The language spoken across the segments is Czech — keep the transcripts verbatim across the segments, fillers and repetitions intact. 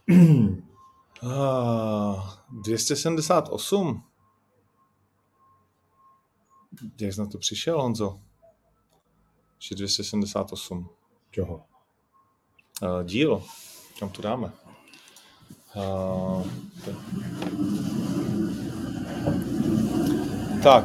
uh, dvě stě sedmdesát osm. Jak jsi na to přišel, Honzo? Že dvě stě sedmdesát osm. Čoho? Uh, díl. Kam to dáme? Uh, to... Tak.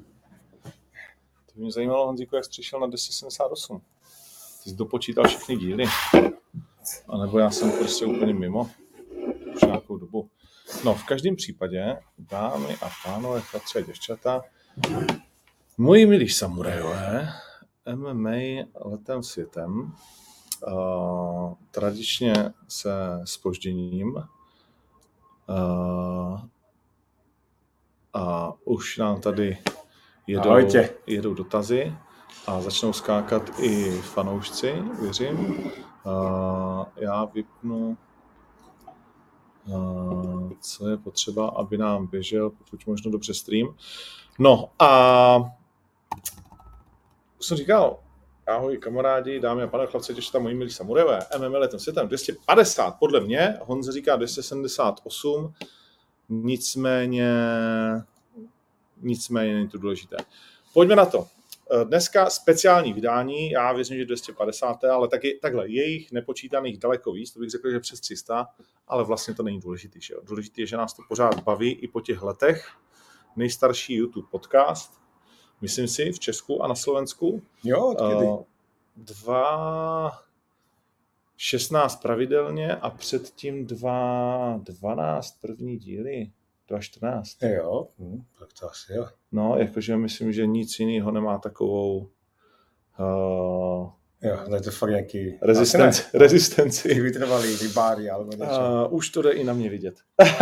To by mě zajímalo, Honzíku, jak jsi přišel na dvě stě sedmdesát osm. Ty jsi dopočítal všechny díly. A nebo já jsem prostě úplně mimo. Už nějakou dobu. No, v každém případě, dámy a pánové, chlapci a děvčata, moji milí samurajové, M M A letem světem, uh, tradičně se zpožděním, uh, a už nám tady jedou, jedou dotazy a začnou skákat i fanoušci, věřím. Uh, já vypnu, uh, co je potřeba, aby nám běžel pokud možno dobře stream. No a už jsem říkal, ahoj kamarádi, dámy a pane, chlapci, těšte tam moji milí samurajové, M M A letem světem dvě stě padesát, podle mě, Honza říká dvě stě sedmdesát osm, nicméně, nicméně není to důležité. Pojďme na to. Dneska speciální vydání, já věřím, že dvě stě padesát, ale taky takhle, jejich nepočítaných daleko víc, to bych řekl, že přes tři sta, ale vlastně to není důležitý. Že jo? Důležitý je, že nás to pořád baví i po těch letech. Nejstarší YouTube podcast, myslím si, v Česku a na Slovensku. Jo, odkedy? Uh, dva šestnáct pravidelně a předtím dva dvanáct první díly. dva čtrnáct. Jo, hm, tak to asi jo. No, jakože myslím, že nic jiného nemá takovou uh, jo, je to fakt nějaký... Rezistenci. rezistenci. Vytrvalý rybáři, alebo něco. Uh, už to jde i na mě vidět.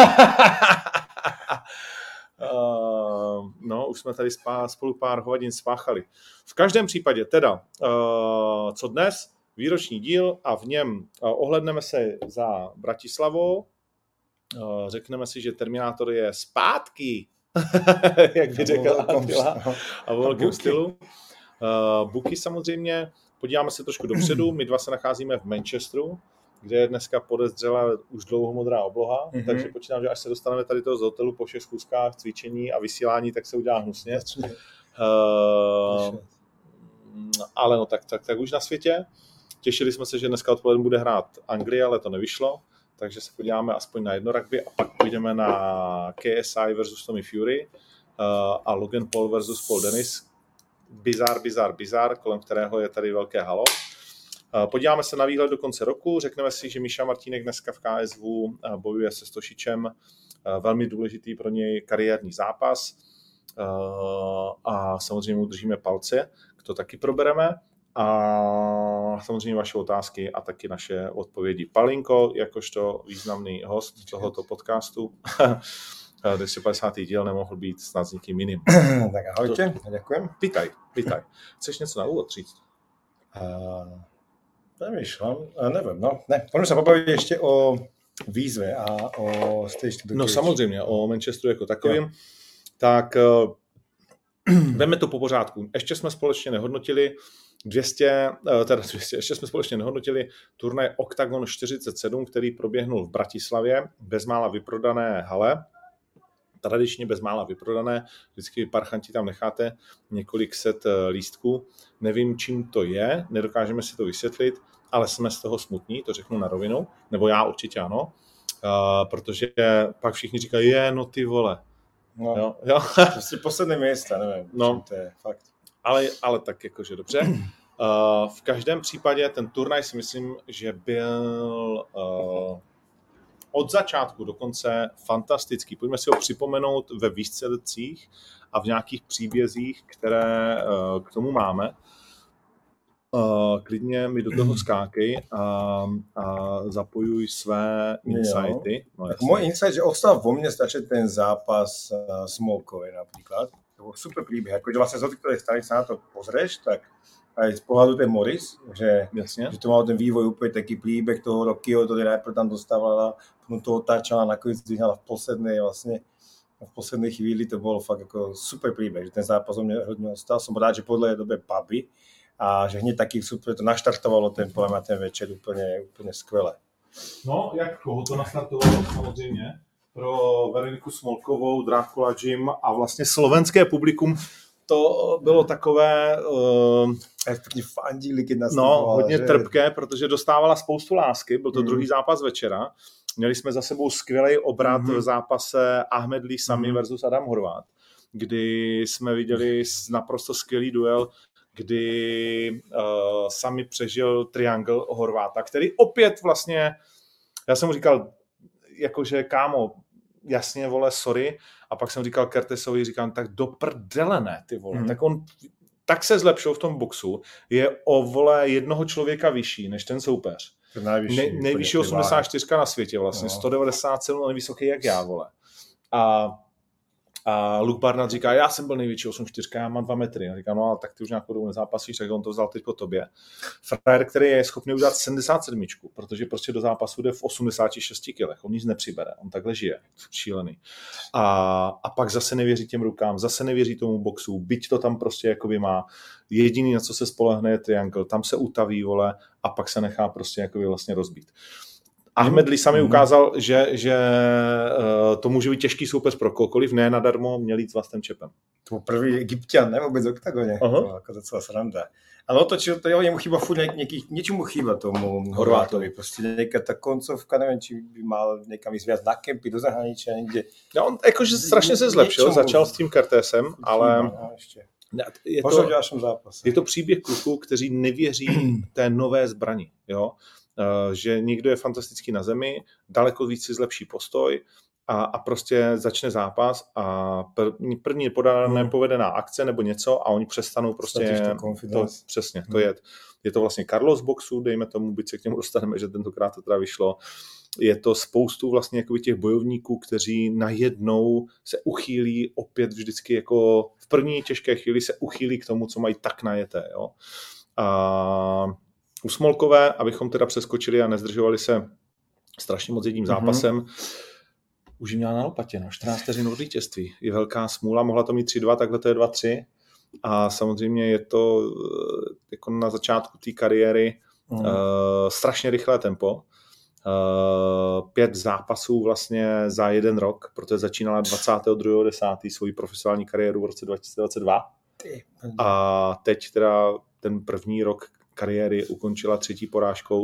Uh, no, už jsme tady spá, spolu pár hodin spáchali. V každém případě teda, uh, co dnes? Výroční díl a v něm uh, ohledneme se za Bratislavou. Uh, řekneme si, že Terminátor je zpátky, jak by řekl Attila, a v velkém stylu. Uh, Buky samozřejmě, podíváme se trošku dopředu, my dva se nacházíme v Manchesteru, kde je dneska podezřela už dlouho modrá obloha, mm-hmm. takže počítám, že až se dostaneme tady toho z hotelu po všech schůzkách, cvičení a vysílání, tak se udělá hnusně. Uh, ale no tak, tak, tak už na světě. Těšili jsme se, že dneska odpoledne bude hrát Anglie, ale to nevyšlo, takže se podíváme aspoň na jedno rugby a pak půjdeme na K S I versus Tommy Fury uh, a Logan Paul versus Paul Dennis. Bizar, bizar, bizar, kolem kterého je tady velké halo. Podíváme se na výhled do konce roku, řekneme si, že Míša Martínek dneska v K S V bojuje se Stošičem, velmi důležitý pro něj kariérní zápas a samozřejmě mu držíme palce, to taky probereme a samozřejmě vaše otázky a taky naše odpovědi. Palinko, jakožto významný host tohoto podcastu, dvě stě padesátý díl nemohl být snad s nikým jiným. Tak ahojte, děkujem. Pýtaj, pýtaj. Chceš něco na úvod říct? Uh... Nemýšlám, nevím, no, ne. Pojďme se pobavit ještě o výzve a o stage to the No cage. samozřejmě, o Manchesteru jako takovým. Jo. Tak uh, veme to po pořádku. Ještě jsme společně nehodnotili dvě stě, uh, teda dvě stě, ještě jsme společně nehodnotili turnaj Octagon čtyřicet sedm, který proběhnul v Bratislavě, bezmála vyprodané hale. Tradičně bezmála vyprodané, vždycky parchanti tam necháte několik set lístků. Nevím, čím to je, nedokážeme si to vysvětlit, ale jsme z toho smutní, to řeknu na rovinu, nebo já určitě ano, uh, protože pak všichni říkají, je, no ty vole. No, jo, jo. Prostě posledné místa, nevím, no, čím to je, fakt. Ale, ale tak jakože dobře. Uh, v každém případě ten turnaj si myslím, že byl... Uh, od začátku do konce fantastický. Pojďme si ho připomenout ve výsledcích a v nějakých příbězích, které uh, k tomu máme. Uh, klidně mi do toho skákej a, a zapojuj své insighty. No, můj insight, že ostal vo mne stačí ten zápas uh, Smolkovej napríklad. To bol super príbeh. Akože vlastne z od ktorej strany sa na to pozrieš, tak aj z pohľadu ten Morris, že, že to mal ten vývoj úplne taký príbeh toho Rockyho, ktorý najprv tam dostávala, potom to otáčala, nakoniec zdvíhala v poslednej vlastne v poslednej chvíli, to bolo fakt ako super príbeh, že ten zápas o mne hodne ostal. Som rád, že podľa je dobe puby a že hneď taký super to naštartovalo ten, poviem, ten večer úplne, úplne skvelé. No, jak koho to nastartovalo samozřejmě pro Veroniku Smolkovou, Drákula Gym a vlastně slovenské publikum. To bylo takové uh, fandíli, keď no, hodně že... trpké, protože dostávala spoustu lásky. Byl to mm. druhý zápas večera. Měli jsme za sebou skvělý obrat mm. v zápase Ahmed Lee Sami mm. versus Adam Horvát, kdy jsme viděli naprosto skvělý duel, kdy uh, Sami přežil triangle Horváta, který opět vlastně, já jsem mu říkal, jakože kámo, jasně, vole, sorry, a pak jsem říkal Kertesovi, říkám, tak do prdele ne, ty vole, mm. tak on tak se zlepšil v tom boxu, je o, vole, jednoho člověka vyšší než ten soupeř. Nejvyšší, ne, nejvyšší osmdesát čtyři na světě vlastně, no. sto devadesát sedm, nevysoký jak já, vole. A A Luke Barnett říká, já jsem byl největší osm čtyři, já mám dva metry. A říká, no ale tak ty už nějakou dobu nezápasíš, tak on to vzal teď po tobě. Frajer, který je schopný udělat sedmdesát sedm, protože prostě do zápasu jde v osmdesáti šesti kilech, on nic nepřibere, on takhle žije, šílený. A, a pak zase nevěří těm rukám, zase nevěří tomu boxu, byť to tam prostě jakoby má. Jediný, na co se spolehne, je triangle, tam se utaví, vole, a pak se nechá prostě jakoby vlastně rozbít. Ahmed Lee Sami ukázal, že, že uh, to může být těžký soupeř pro kohokoliv, ne nadarmo měl jít s vlastním čepem. To byl první Egypťan, ne vůbec v oktagone, uh-huh. to jako docela sranda. Ale otočil to, jo, jemu chýba furt něký, něčemu chýba tomu Horvátovi, prostě nějaká ta koncovka, nevím, či by mal někam jít viac na kempy, do zahraničí, někde. No, on jakože strašně se zlepšil, něčemu začal s tím Kertésem, ale... No, je to, je to příběh kluků, kteří nevěří té nové zbrani, jo? Že někdo je fantastický na zemi, daleko víc si zlepší postoj a, a prostě začne zápas a první, první podané hmm. povedená akce nebo něco a oni přestanou prostě to, přesně, to hmm. je. Je to vlastně Carlos boxu, dejme tomu, byť se k němu dostaneme, že tentokrát to teda vyšlo. Je to spoustu vlastně jakoby těch bojovníků, kteří najednou se uchýlí opět vždycky jako v první těžké chvíli se uchýlí k tomu, co mají tak najeté, jo. A u Smolkové, abychom teda přeskočili a nezdržovali se strašně moc jedním zápasem, mm-hmm. už ji měla na lopatě, no, čtrnáct vteřin od vítězství. Je velká smůla, mohla to mít tři dva, takhle to je dva tři. A samozřejmě je to jako na začátku té kariéry mm. uh, strašně rychlé tempo. Uh, pět zápasů vlastně za jeden rok, protože začínala dvacátého druhého desátého svoji profesionální kariéru v roce dva tisíce dvacet dva. A teď teda ten první rok kariéry ukončila třetí porážkou.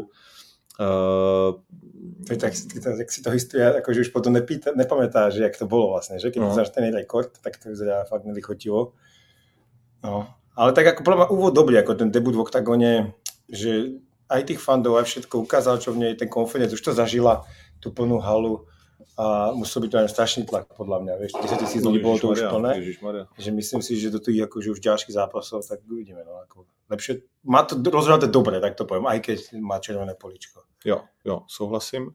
Uh, tak, tak, tak si to historie, jakože už potom nepýta, nepamätáš, jak to bylo vlastně, že? Keď no. Poznáš ten rekord, tak to vyzerá fakt nelichotilo. No. Ale tak jako podľa mňa úvod dobrý, ako ten debut v oktagone, že aj tých fandov, aj všetko ukázal, čo v nej ten konferenc, už to zažila, tú plnú halu a musel byť to aj strašný tlak, podľa mňa, vieš, desať tisíc ľudí bolo to už plné, že myslím si, že do tých akože už ďalších zápasov, tak uvidíme, no, ako lepšie, má to rozhodnuté dobre, tak to poviem, aj keď má červené poličko. Jo, jo, souhlasím.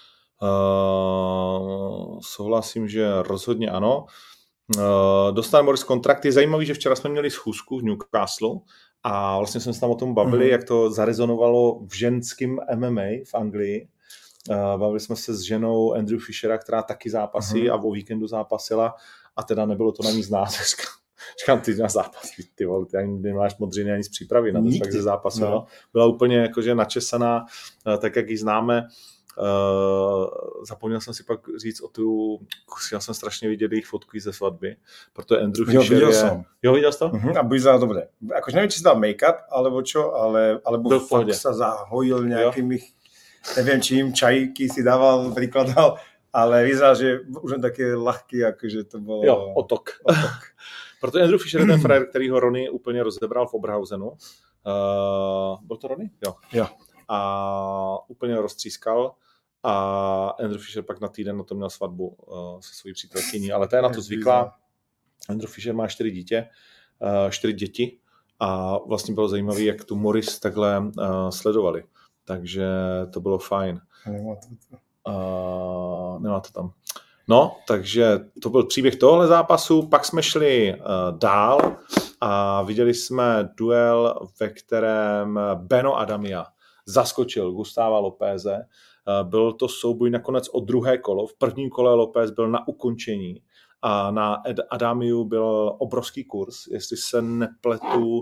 Uh, souhlasím, že rozhodně ano. Uh, dostal Morris kontrakt. Je zajímavý, že včera jsme měli schůzku v Newcastle a vlastně jsme se tam o tom bavili, mm. jak to zarezonovalo v ženském M M A v Anglii. Uh, bavili jsme se s ženou Andrew Fishera, která taky zápasí mm. a o víkendu zápasila a teda nebylo to na ní znát. Říkám, ty na zápas, ty vole, ty ani nemáš modřiny ani z přípravy na to, tak ze zápasu. No. No. Byla úplně jakože načesaná, tak jak ji známe. Uh, zapomněl jsem si pak říct o tu, já jsem strašně viděl jejich fotky ze svatby, protože Andrew jo, Fisher je... Som. Jo, viděl jsi to? Uh-huh, a vyzerá dobře. Akože nevím, či si dal make-up, alebo čo, ale, alebo fakt sa zahojil nejakými, neviem čím, čajíky si dával, prikladal, ale vyzerá, že už jen také ľahký, akože to bylo... Jo, otok. otok. Protože Andrew Fisher je ten frajer, který ho Ronnie úplně rozebral v Oberhausenu. Uh, byl to Ronnie? Jo. Jo. A úplně roztřískal. A Andrew Fisher pak na týden na to měl svatbu uh, se svojí přítelkyní, ale to je na to zvyklá. Andrew Fisher má čtyři dítě, uh, čtyři děti a vlastně bylo zajímavé, jak tu Morris takhle uh, sledovali. Takže to bylo fajn. Nemá to, uh, nemá to tam. No, takže to byl příběh tohle zápasu. Pak jsme šli uh, dál a viděli jsme duel, ve kterém Beno Adamia zaskočil Gustava Lopéze. Byl to souboj nakonec o druhé kolo. V prvním kole López byl na ukončení a na Adamiu byl obrovský kurz. Jestli se nepletu,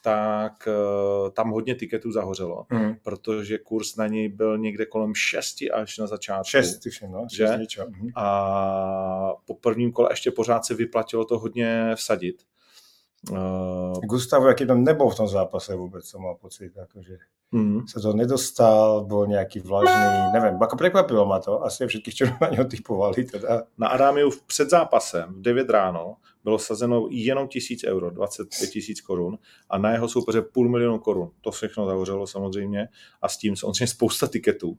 tak tam hodně tiketů zahořelo, mm. protože kurz na něj byl někde kolem šesti až na začátku. Šest, no, že? Mm. A po prvním kole ještě pořád se vyplatilo to hodně vsadit. Uh, Gustavo, jaký tam nebyl v tom zápase vůbec, co má pocit, jakože mm. se to nedostal, byl nějaký vlažný, nevím, jako překvapilo ma to, asi všetkých, čo na něho typovali teda. Na Adámiu před zápasem v devět ráno bylo sazeno jenom tisíc euro, dvacet pět tisíc korun a na jeho soupeře půl milionu korun. To všechno zahořelo samozřejmě a s tím samozřejmě spousta tiketů.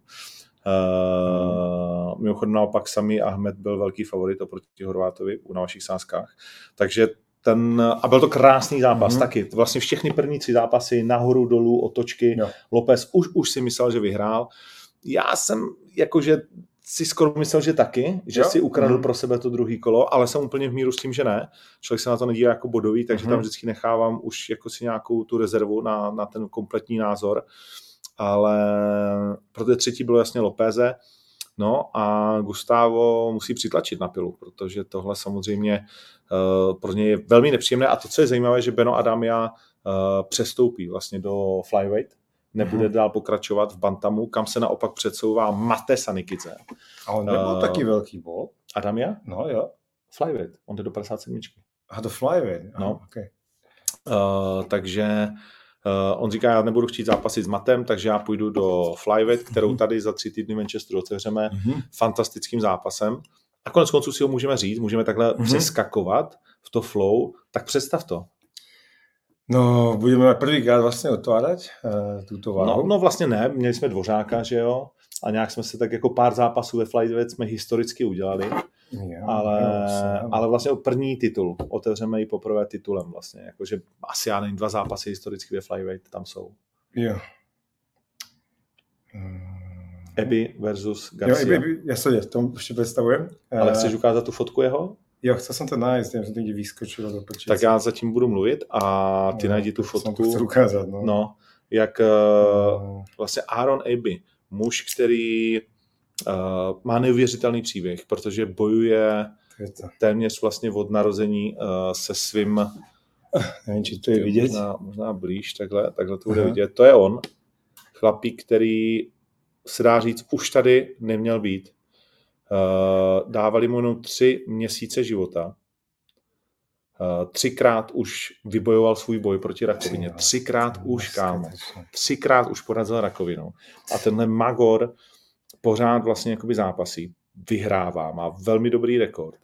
Uh, mm. Mimochodem naopak Sami Ahmed byl velký favorit oproti Horvátovi na vašich sázkách, takže ten, a byl to krásný zápas mm-hmm. taky. Vlastně všechny první tři zápasy nahoru, dolů, otočky. Jo. López už, už si myslel, že vyhrál. Já jsem jakože si skoro myslel, že taky, že jo. si ukradl mm-hmm. pro sebe to druhý kolo, ale jsem úplně v míru s tím, že ne. Člověk se na to nedívá jako bodový, takže mm-hmm. tam vždycky nechávám už jako si nějakou tu rezervu na, na ten kompletní názor. Ale pro té třetí bylo jasně Lópeze. No a Gustavo musí přitlačit na pilu, protože tohle samozřejmě uh, pro něj je velmi nepříjemné. A to, co je zajímavé, že Beno Adamia uh, přestoupí vlastně do flyweight, nebude mm-hmm. dál pokračovat v bantamu, kam se naopak předsouvá Mate Sanikidze. A on nebyl uh, taky velký bol? Adamia? No jo. Flyweight, on jde do padesát sedm. A do flyweight? No. Oh, okay. uh, takže Uh, on říká, já nebudu chtít zápasit s Matem, takže já půjdu do flyweight, kterou tady za tři týdny Manchesteru otevřeme mm-hmm. fantastickým zápasem. A konec konců si ho můžeme říct, můžeme takhle mm-hmm. přeskakovat v to flow, tak představ to. No, budeme prvýkrát vlastně otvárat uh, tuto váhu. No, no vlastně ne, měli jsme Dvořáka, že jo, a nějak jsme se tak jako pár zápasů ve flyweight jsme historicky udělali. Jo, ale, jo, ale vlastně první titul. Otevřeme ji poprvé titulem vlastně. Jakože asi já nevím, dva zápasy historicky ve flyweight tam jsou. Jo. Ebi versus Garcia. Jo, Ebi, já se to ještě představujem. Ale chceš ukázat tu fotku jeho? Jo, chcel jsem to najít, jsem to někdy vyskočil do počítače. Tak já zatím budu mluvit a ty no, najdi tu fotku. Jsem to ukázat, no. No, jak no. vlastně Aaron Ebi, muž, který Uh, má neuvěřitelný příběh, protože bojuje téměř vlastně od narození uh, se svým nevím, či to je vidět. Možná, možná blíž, takhle, takhle to bude Aha. vidět. To je on, chlapík, který se dá říct, už tady neměl být. Uh, dávali mu jenom tři měsíce života. Uh, třikrát už vybojoval svůj boj proti rakovině. Třikrát už, kámo. Třikrát už porazil rakovinu. A tenhle Magor pořád vlastně jakoby zápasí, vyhrává, má velmi dobrý rekord.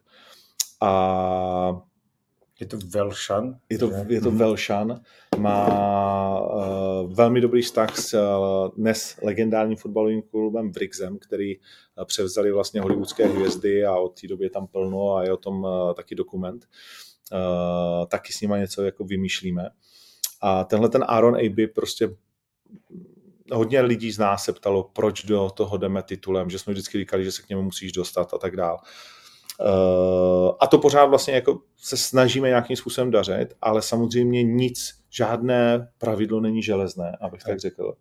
A je to Velšan? Je to, je to Velšan, má uh, velmi dobrý vztah s uh, dnes legendárním fotbalovým klubem Wrexham, který uh, převzali vlastně hollywoodské hvězdy a od té doby je tam plno a je o tom uh, taky dokument. Uh, taky s nima něco jako vymýšlíme. A tenhle ten Aaron Ebi prostě hodně lidí z nás se ptalo, proč do toho jdeme titulem, že jsme vždycky říkali, že se k němu musíš dostat a tak dál. Uh, a to pořád vlastně jako se snažíme nějakým způsobem dařit, ale samozřejmě nic, žádné pravidlo není železné, abych tak řekl.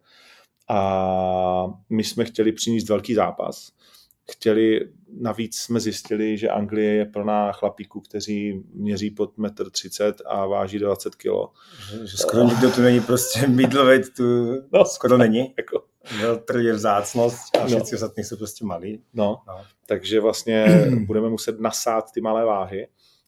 A my jsme chtěli přinést velký zápas. Chtěli, navíc jsme zjistili, že Anglie je plná chlapíků, kteří měří pod metr třicet a váží dvacet kilo. Že, že skoro nikdo tu není prostě middleweight, tu no, skoro není. Jako. Veltr je vzácnost a všichni ostatní no. jsou prostě malí. No, no. Takže vlastně budeme muset nasát ty malé váhy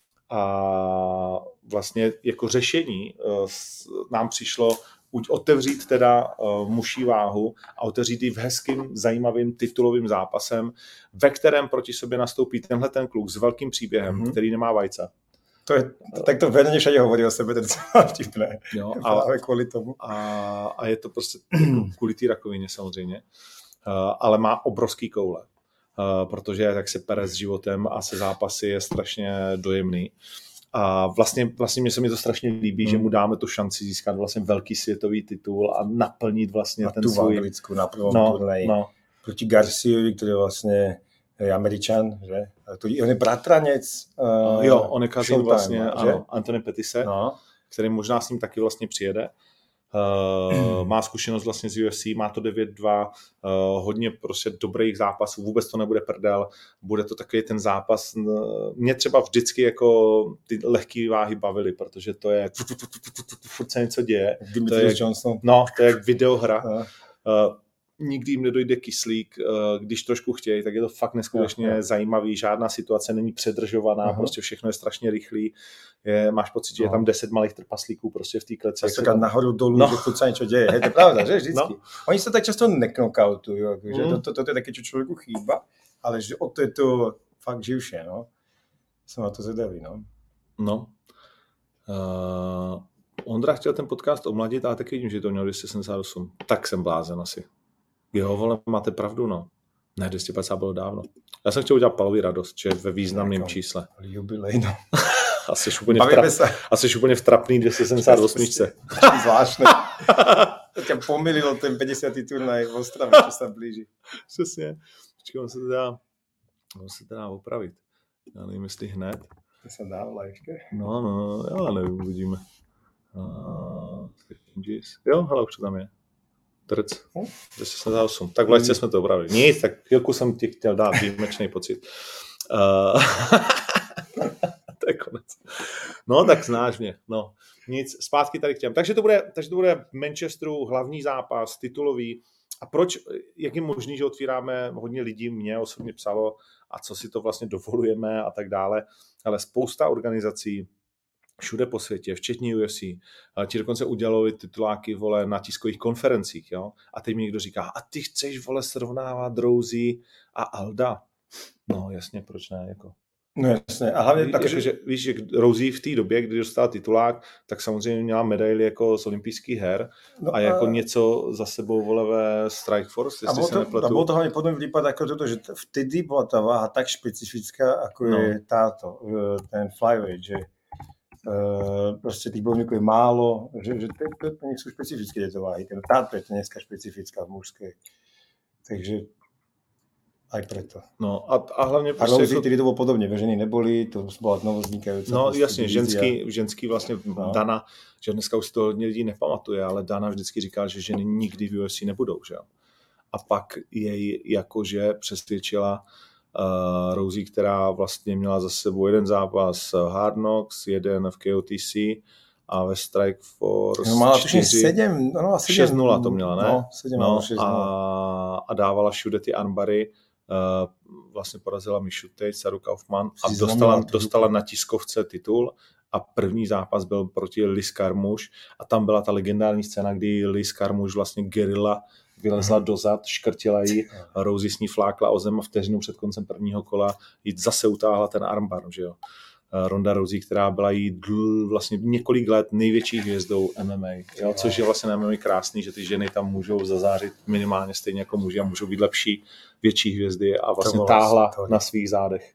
a vlastně jako řešení uh, nám přišlo otevřít teda uh, muší váhu a otevřít ji v hezkým, zajímavým titulovým zápasem, ve kterém proti sobě nastoupí tenhle ten kluk s velkým příběhem, mm-hmm. který nemá vajce. To je, tak to Verně všade hovorí o sebe, to je docela vtipné. Jo, ale kvůli tomu. A, a je to prostě kvůli té rakovině samozřejmě. Uh, ale má obrovský koule, uh, protože jak se pere s životem a se zápasy je strašně dojemný. A vlastně, vlastně mě se mi to strašně líbí, hmm. že mu dáme tu šanci získat vlastně velký světový titul a naplnit vlastně a ten tu svůj... A tu anglickou na prvom no, turnaji. No. Proti Garciovi, který vlastně je Američan, že? On je bratranec. Uh, jo, on je kazin vlastně, ano, Anthony Petise, no. který možná s ním taky vlastně přijede. Uh, má zkušenost vlastně z U F C, má to devět dva, uh, hodně prostě dobrých zápasů, vůbec to nebude prdel, bude to takový ten zápas. Mě třeba vždycky jako ty lehké váhy bavily, protože to je furt se něco děje. To je, no, to je jak videohra. Uh, nikdy jim nedojde kyslík, když trošku chtějí, tak je to fakt neskutečně no, no. zajímavý, žádná situace není předržovaná, uh-huh. prostě všechno je strašně rychlý, je, máš pocit, že no. je tam deset malých trpaslíků prostě v té kleci. Tak tam nahoru dolů, no. že furt sa niečo deje, hej, to je pravda, že vždycky. No. Oni sa tak často neknokautujú, že mm. to, to, to je také, čo človeku chýba, ale že o to je to fakt živšie, no. Som na to zvedavý, no. No. Uh, Ondra chtěl ten podcast omladit, ale tak vidím, že to měl dvě stě sedmdesát osm. Tak jsem blázen asi. Jo, vole, máte pravdu, no. Ne, dvě stě padesát bylo dávno. Já jsem chtěl udělat Palovi radost, že ve významném no, čísle. Jubilej, no. A jsi úplně, vtra... úplně vtrapný dvě stě sedmdesát osm. Zvláštne. To ťa pomýlilo ten päťdesiaty turnaj v Ostrave, čo sa blíži. Přesně. Počkej, on se to dá, on se to dá opravit. Já nevím, jestli hned. To se dá v liveke? No, no, já nevím, uvidíme. Uh, jo, hele, už to tam je. Trc. dvě stě sedmdesát osm. Tak v lehce jsme to opravili. Nic, tak chvilku jsem ti chtěl dát výjimečný pocit. Uh, to je konec. No, tak znáš mě. No, nic, zpátky tady k těm. Takže to bude, takže to bude v Manchesteru hlavní zápas, titulový. A proč, jak je možný, že otvíráme, hodně lidí mě osobně psalo, a co si to vlastně dovolujeme a tak dále. Ale spousta organizací všude po světě, včetně U F C, ti dokonce udělali tituláky, vole, na tiskových konferencích, jo? A teď mi někdo říká, a ty chceš, vole, srovnávat Rousey a Alda? No, jasně, proč ne, jako. No jasně, a hlavně tak, jako, že... Víš, že Rousey v té době, kdy dostala titulák, tak samozřejmě měla medaili jako z olympijských her no a, a jako něco za sebou, vole, ve Strikeforce, jestli se nepletu. A bolo to hlavne podobný prípad ako toto, že vtedy bola tá váha tak špecifická, ako no. je táto, ten flyweight, že Uh, proste tých bojovníkov je málo, že, že to, to, to nie sú špecifické tieto váhy. Táto je to dneska špecifická v mužskej. Takže aj preto. No a, a hlavne... A Rousey, to... to bolo podobne, ženy neboli, to bola novoznikajúca. No jasně, ženský, ženský vlastně no. Dana, že dneska už si to hodně lidí nepamatuje, ale Dana vždycky říká, že ženy nikdy v U F C nebudou, že jo. A pak jej jakože přesvědčila Uh, Rousey, která vlastně měla za sebou jeden zápas Hard Knocks, jeden v K O T C a ve Strikeforce no, mala tuším sedm, no, šest nula to měla, ne? No, sedm, no, šest, a, a dávala všude ty armbary, uh, vlastně porazila Mišu teď, Saru Kaufman a dostala, dostala na tiskovce titul a první zápas byl proti Liz Carmouche a tam byla ta legendární scéna, kdy Liz Carmouche vlastně gerila vylezla dozad, škrtila ji, Rousey s ní flákla o zem a vteřinu před koncem prvního kola jí zase utáhla ten armbar, že jo. Ronda Rousey, která byla jí dl, vlastně několik let největší hvězdou M M A, jo, což je vlastně na M M A krásný, že ty ženy tam můžou zazářit minimálně stejně jako muži a můžou být lepší, větší hvězdy a vlastně táhla na svých zádech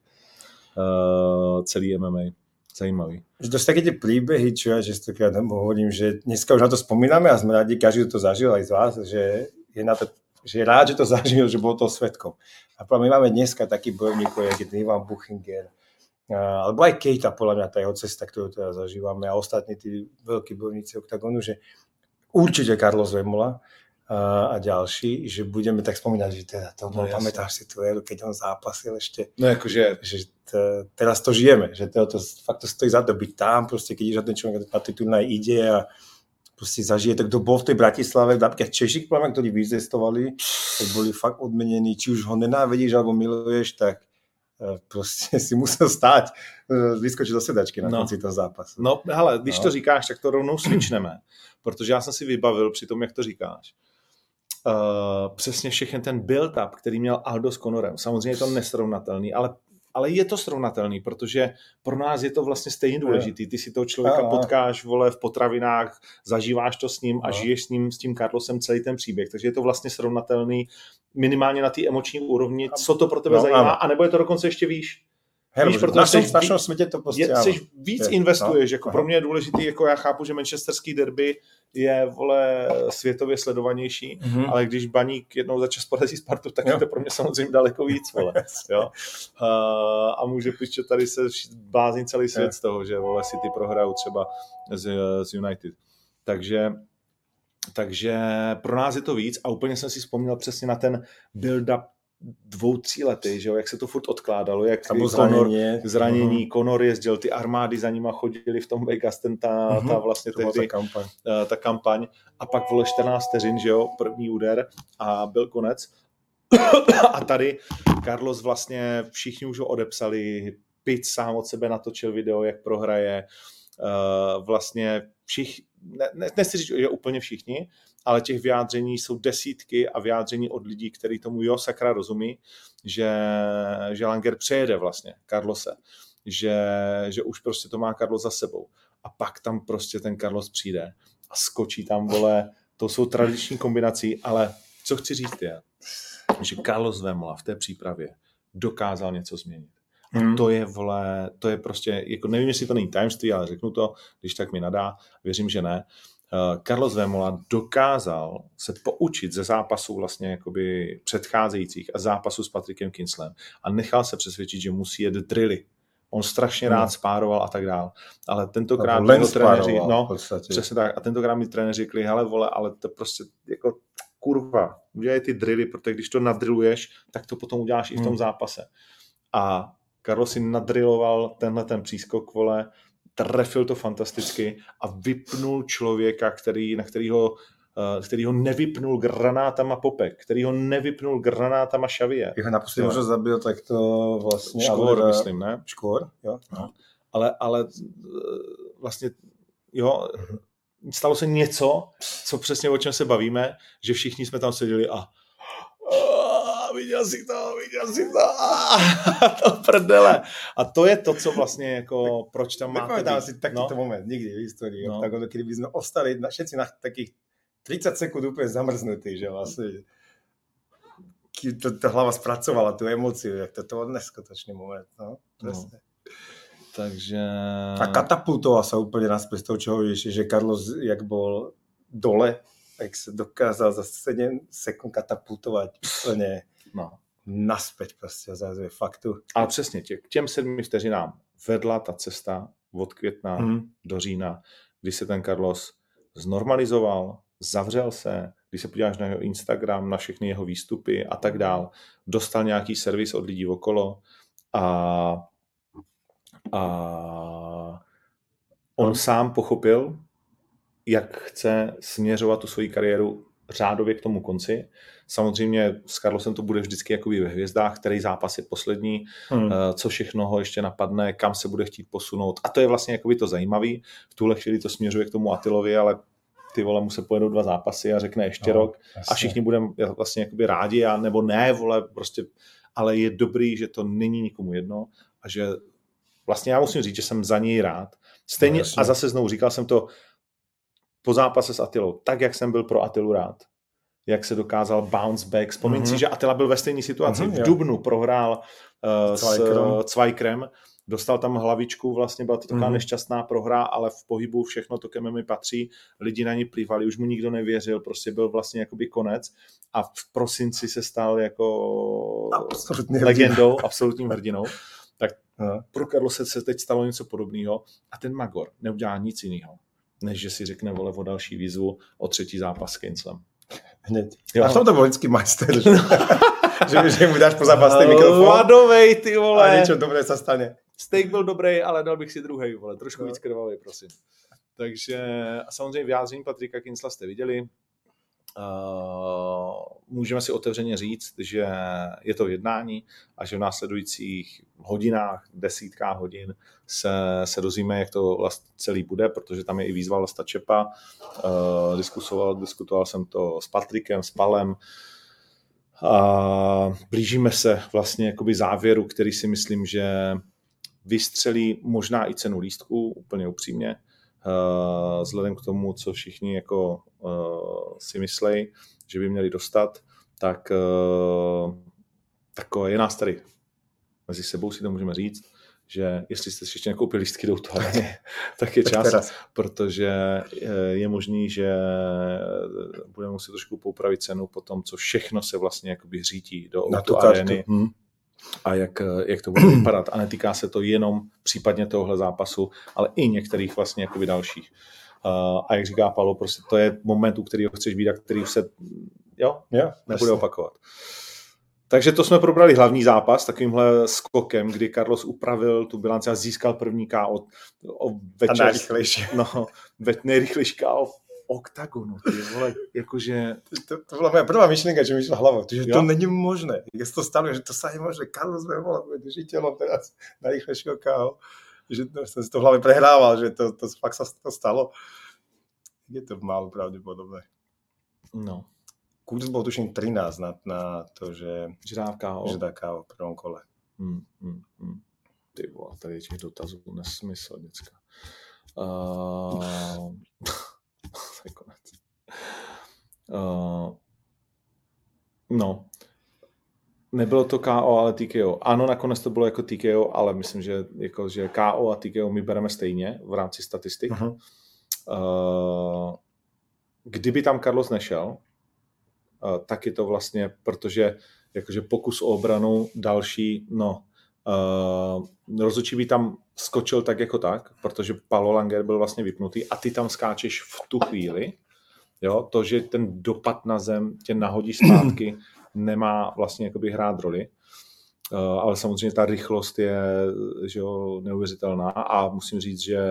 uh, celý M M A. Zajímavý. To sú také tie príbehy, čo ja častokrát hovorím, že dneska už na to spomíname a sme radi, každý to zažil aj z vás, že je, na to, že je rád, že to zažil, že bol to svedkom. A my máme dneska taký bojovníkov, jak je Ivan Buchinger, alebo aj Keita, podľa mňa tá jeho cesta, ktorú teraz zažívame a ostatní tí veľkí bojovníci oktagonu, že určite Carlos Vemola a ďalší, že budeme tak spomínať, že teda to bol, no, pamätáš si tú éru, keď on zápasil ešte. No akože... Že t- teraz to žijeme, že to, to fakt to stojí za to byť tam, proste keď ideš na ten človek na ten turnaj ide a proste zažije, tak kto bol v tej Bratislave, napríklad Češi, ktorí vycestovali, tak boli fakt odmenení, či už ho nenávidíš alebo miluješ, tak prostě si musel stát, vyskočit do sedačky na no. konci toho zápasu. No, hele, když no. to říkáš, tak to rovnou switchneme, protože já jsem si vybavil při tom, jak to říkáš. Uh, přesně všechny ten build-up, který měl Aldo s Conorem. Samozřejmě je to nesrovnatelný, ale, ale je to srovnatelný, protože pro nás je to vlastně stejně důležitý. Ty si toho člověka potkáš, vole, v potravinách, zažíváš to s ním a žiješ s ním, s tím Carlosem celý ten příběh. Takže je to vlastně srovnatelný minimálně na té emoční úrovni, co to pro tebe no, zajímá, ano. anebo je to dokonce ještě výš. Víš, protože v našem světě to prostě je, jsi víc je, investuješ, no, jako aha. Pro mě je důležitý, jako já chápu, že manchesterský derby je, vole, světově sledovanější, mm-hmm. ale když Baník jednou za čas porazí Spartu, tak jo. je to pro mě samozřejmě daleko víc, vole, jo. Uh, a může píšť, tady se blázní celý svět je. z toho, že, vole, City prohrajou třeba z, z United. Takže takže pro nás je to víc a úplně jsem si vzpomněl přesně na ten build-up dvou, tří lety, že jo, jak se to furt odkládalo, jak Conor, zranění, uh-huh. Conor jezdil, ty armády za nima chodili v tom Vegas, ten ta, uh-huh. ta vlastně tehdy, ta kampaň. ta kampaň a pak vole čtrnáct vteřin, že jo, první úder a byl konec. A tady Carlos vlastně všichni už ho odepsali, Pitt sám od sebe natočil video, jak prohraje, uh, vlastně všichni, ne, ne, nechci říct, že úplně všichni, ale těch vyjádření jsou desítky a vyjádření od lidí, kteří tomu jo sakra rozumí, že, že Langer přejede vlastně Carlose, že, že už prostě to má Carlos za sebou. A pak tam prostě ten Carlos přijde a skočí tam, vole, to jsou tradiční kombinací, ale co chci říct je, že Carlos Vémola v té přípravě dokázal něco změnit. A hmm. to je, vole, to je prostě, jako nevím, jestli to není tajemství, ale řeknu to, když tak mi nadá, věřím, že ne. Uh, Carlos Vémola dokázal se poučit ze zápasů vlastně jakoby předcházejících a zápasů s Patrickem Kinslem a nechal se přesvědčit, že musí jet drily. On strašně rád hmm. spároval a tak dál. Ale tentokrát mi trenéři, no, přesně tak, a tentokrát mi trenéři řekli, hele vole, ale to prostě jako kurva, udělej ty drily, protože když to nadriluješ, tak to potom uděláš hmm. i v tom zápase. A Carlos si nadriloval tenhle ten přískok, vole, trefil to fantasticky a vypnul člověka, který, na kterýho, kterýho nevypnul granátama Popek, kterýho nevypnul granátama Xavier. Jeho naposledy možná zabil, tak to vlastně... Škór, ale, myslím, ne? Škór, jo. No. Ale, ale vlastně, jo, stalo se něco, co přesně o čem se bavíme, že všichni jsme tam seděli a viděl si to, viděl si to, to prdele. A to je to, co vlastně jako, proč tam máte... Nepamätám si takýto no? moment nikdy v historii. No. Tak ono, kdyby sme ostali na, všetci na takých tridsať sekúnd úplne zamrznutí, že vlastne to, to hlava spracovala tú emóciu, jak to, to bol neskutočný moment. No, presne. No. Takže... A katapultoval sa úplne naspäť z toho, čo hovoríš, že Carlos, jak bol dole, tak sa dokázal za sedem sekúnd katapultovať úplne no. naspäť prostě zase faktu. Ale přesně tě, k těm sedmi vteřinám vedla ta cesta od května hmm. do října, kdy se ten Carlos znormalizoval, zavřel se, když se podíváš na jeho Instagram, na všechny jeho výstupy a tak dál, dostal nějaký servis od lidí okolo a, a on hmm. sám pochopil, jak chce směřovat tu svoji kariéru řádově k tomu konci. Samozřejmě s Carlosem to bude vždycky jakoby ve hvězdách, který zápas je poslední, hmm. co všechno ho ještě napadne, kam se bude chtít posunout. A to je vlastně jakoby to zajímavý. V tuhle chvíli to směřuje k tomu Attilovi, ale ty vole, mu se pojedou dva zápasy a řekne ještě no, rok jasně. A všichni budeme vlastně jakoby rádi, a nebo ne, vole, prostě, ale je dobrý, že to není nikomu jedno a že vlastně já musím říct, že jsem za něj rád. Stejně, no, a zase znovu říkal jsem to po zápase s Attilou, tak jak jsem byl pro Attilu rád, jak se dokázal bounce back. Vzpomín mm-hmm. si, že Attila byl ve stejné situaci. Mm-hmm, v dubnu prohrál uh, s Cvajkrem, dostal tam hlavičku, vlastně byla to taková mm-hmm. nešťastná prohra, ale v pohybu všechno to ke mi patří. Lidi na ní plývali, už mu nikdo nevěřil, prostě byl vlastně jakoby konec a v prosinci se stal jako absolutní legendou, hrdina. absolutním hrdinou. Tak no. pro Carlose se teď stalo něco podobného a ten Magor neudělá nic jiného, než že si řekne, vole, o další výzvu o třetí zápas s Kinslem. Hneď. A v tom to byl vždycky majster, že, že, že mu dáš po zápas ten mikrofon. Ladovej, ty vole. A niečo dobré sa stane. Steak byl dobrý, ale dal bych si druhej, vole. Trošku no. víc krvavý, prosím. Takže a samozřejmě vyjádření Patricka Kinsla jste viděli. Uh, můžeme si otevřeně říct, že je to jednání a že v následujících hodinách, desítkách hodin se, se dozvíme, jak to vlastně celý bude, protože tam je i výzva Lasta Čepa. Uh, diskutoval, diskutoval jsem to s Patrikem, s Palem. Uh, blížíme se vlastně jakoby závěru, který si myslím, že vystřelí možná i cenu lístků, úplně upřímně. Uh, vzhledem k tomu, co všichni jako uh, si myslejí, že by měli dostat, tak, uh, tak je nás tady mezi sebou, si to můžeme říct, že jestli jste si ještě nekoupili lístky do toho, tak je čas, tak protože je možný, že budeme muset trošku poupravit cenu po tom, co všechno se vlastně jakoby řítí do auto arény. Hmm. A jak, jak to bude vypadat. A netýká se to jenom případně tohohle zápasu, ale i některých vlastně jakoby dalších. a jak říká Paolo, prostě to je moment, u kterého chceš být a který už se jo, jo, nebude opakovat. Takže to jsme probrali hlavní zápas takovýmhle skokem, kdy Carlos upravil tu bilanci a získal první K O. O večer, a nejrychlejší. No, nejrychlejší K O v oktagonu, ty vole, jakože... To, to byla moja prvá myšlenka, čo mi šla hlavou, že to není možné. Jak se to stalo, že to sa nemôže, Carlos Vevola bude držiteľom teraz najrychlejšieho K O. Že to, som si to v hlave prehrával, že to, to fakt sa to stalo. Je to málo pravdepodobné. No. Kurz bol tuším trinásť na, na to, že, že dá K O. Že dá K O v prvom kole. Hmm, hmm, hmm. Ty vole, tady je těch dotazů nesmysl dneska. Uh... to je konec. Uh... No. Nebylo to K O, ale T K O. Ano, nakonec to bylo jako T K O, ale myslím, že, jako, že K O a T K O my bereme stejně v rámci statistik. Uh-huh. Uh... Kdyby tam Carlos nešel, Uh, tak je to vlastně, protože jakože pokus o obranu další, no, uh, rozhodčí by tam skočil tak jako tak, protože Paulo Langer byl vlastně vypnutý a ty tam skáčeš v tu chvíli, jo, to, že ten dopad na zem tě nahodí zpátky, nemá vlastně jakoby hrát roli, uh, ale samozřejmě ta rychlost je, že jo, neuvěřitelná a musím říct, že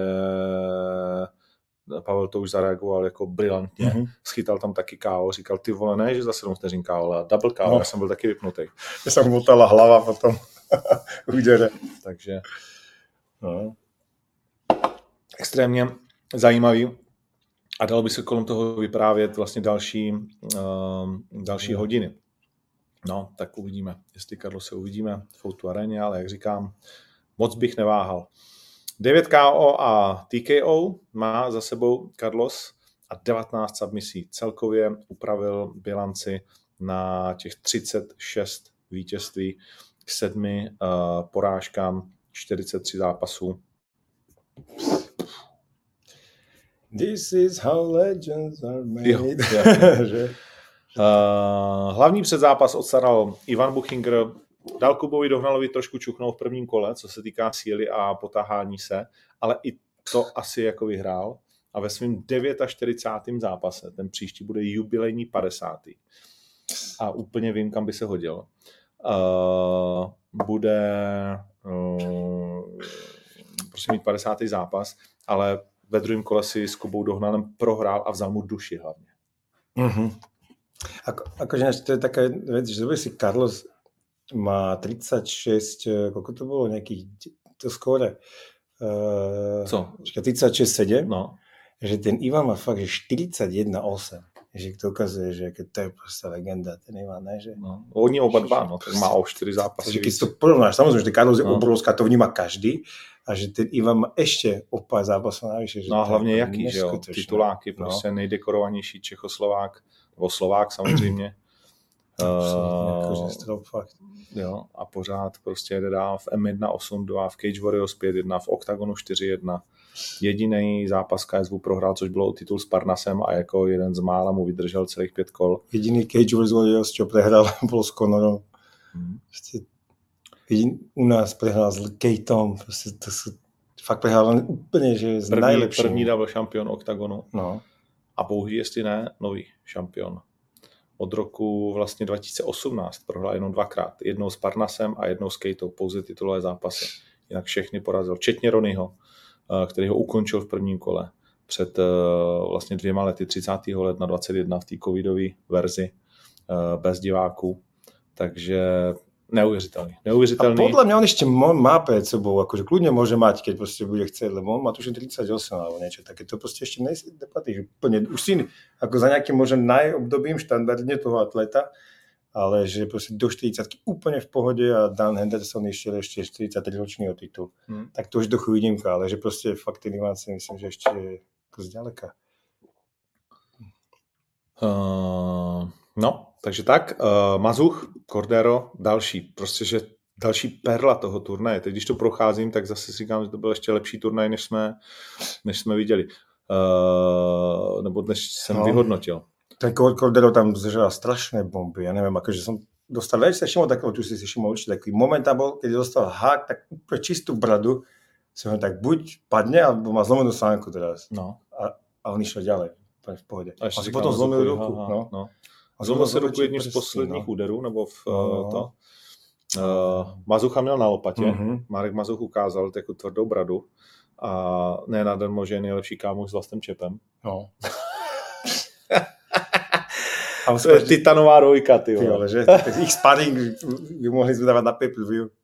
Pavel to už zareagoval jako brilantně, mm-hmm. Schytal tam taky K O, říkal, ty vole, ne, že za sedm vteřin K O, ale double K O, no. Já jsem byl taky vypnutý. Já jsem motala hlava potom úděre. Takže no. Extrémně zajímavý a dalo by se kolem toho vyprávět vlastně další, um, další mm. hodiny. No, tak uvidíme, jestli Carlos se uvidíme v Outu aréně, ale jak říkám, moc bych neváhal. devět K O a T K O má za sebou Carlos a devatenáct submisí. Celkově upravil bilanci na těch třicet šest vítězství k sedmi uh, porážkám, čtyřicet tři zápasů. This is how legends are made. Jo, uh, hlavní předzápas odstaral Ivan Buchinger. Dal Kubovi Dohnalovi trošku čuchnout v prvním kole, co se týká síly a potáhání se, ale i to asi jako vyhrál. A ve svém čtyřicátém devátém zápase, ten příští bude jubilejní padesátý A úplně vím, kam by se hodil. Uh, bude uh, prostě mít padesátý zápas, ale ve druhém kole si s Kubou Dohnalem prohrál a vzal mu duši hlavně. Mm-hmm. Ako, akože to je taká vec, že zober si Carlos má tridsaťšesť, koľko to bolo, nejakých, to skôre. Uh, Co? tridsaťšesť sedem. No. Že ten Ivan má fakt, že štyridsaťjeden osem. Že to ukazuje, že to je proste legenda, ten Ivan, ne? Že... No. Oni oba dva, no, tak má o čtyři zápasy. Takže keď to porovnáš, samozrejme, že ten Carlos je no. obrovská, to vníma každý, a že ten Ivan má ešte o pár zápasov navyše. No a hlavně jaký, že jo, tituláky, prostě no. nejdekorovanější Čechoslovák, nebo Slovák samozřejmě. Uh, jo, a pořád prostě jede dál v M jedna osm dva, v Cage Warriors pět jedna, v Octagonu čtyři jedna. Jediný zápas K S V prohrál, což bylo titul s Parnasem a jako jeden z mála mu vydržel celých pět kol. Jediný Cage Warriors, čo prehral, bol s Conorom. Hmm. Jedin, u nás prehrál s Kejtom, prostě to sú fakt prehrál úplně, že z najlepším. První double šampion Octagonu. No. A pouhý, jestli ne, nový šampion. Od roku vlastně dva tisíce osmnáct prohrál jenom dvakrát. Jednou s Parnasem a jednou s Kejtou. Pouze titulové zápasy. Jinak všechny porazil. Včetně Ronnyho, který ho ukončil v prvním kole. Před vlastně dvěma lety, třicátého ledna dvacet jedna v té covidové verzi. Bez diváků. Takže neuvěřitelný. neuvěřitelný. A podľa mňa on ešte má pred sebou, akože kľudne môže mať, keď proste bude chcieť, lebo on má tuším tridsaťosem alebo niečo také. To proste ešte nepatrí úplne. Už si ako za nejakým možno najobdobím štandardne toho atleta, ale že proste do štyridsiatky úplne v pohode a Dan Henderson išiel ešte štyridsaťtri ročný o titul. Hmm. Tak to už do chvíľinka, ale že proste fakt ten Ivan si myslím, že ešte je zďaleka. Uh... No, takže tak, uh, Mazuch, Cordero, další, prostě, že další perla toho turnaje. Teď, když to procházím, tak zase si říkám, že to byl ještě lepší turnaj, než jsme, než jsme viděli. Uh, nebo než jsem no, vyhodnotil. Ten Cordero tam zžal strašné bomby, ja neviem, akože som dostal, veď sa všimol takého, tu si si všimol určite taký moment tam bol, keď dostal hák, tak úplne čistú bradu, som tak buď padne, alebo má zlomenú sánku teraz. No. A, a a on išel ďalej. V pohode. A si potom zlomil ruku. No. No. Zlomil se ruku jedním z posledních no. úderů, nebo v no. to. Uh, Mazucha měl na lopatě. Mm-hmm. Marek Mazuch ukázal takovou tvrdou bradu. A ne nadarmo, že je nejlepší kámoš s Vlastem Čepem. No. To je titanová rojka, ty vole. Že ich sparring by mohli zvedávať na pay-per-view. Uh,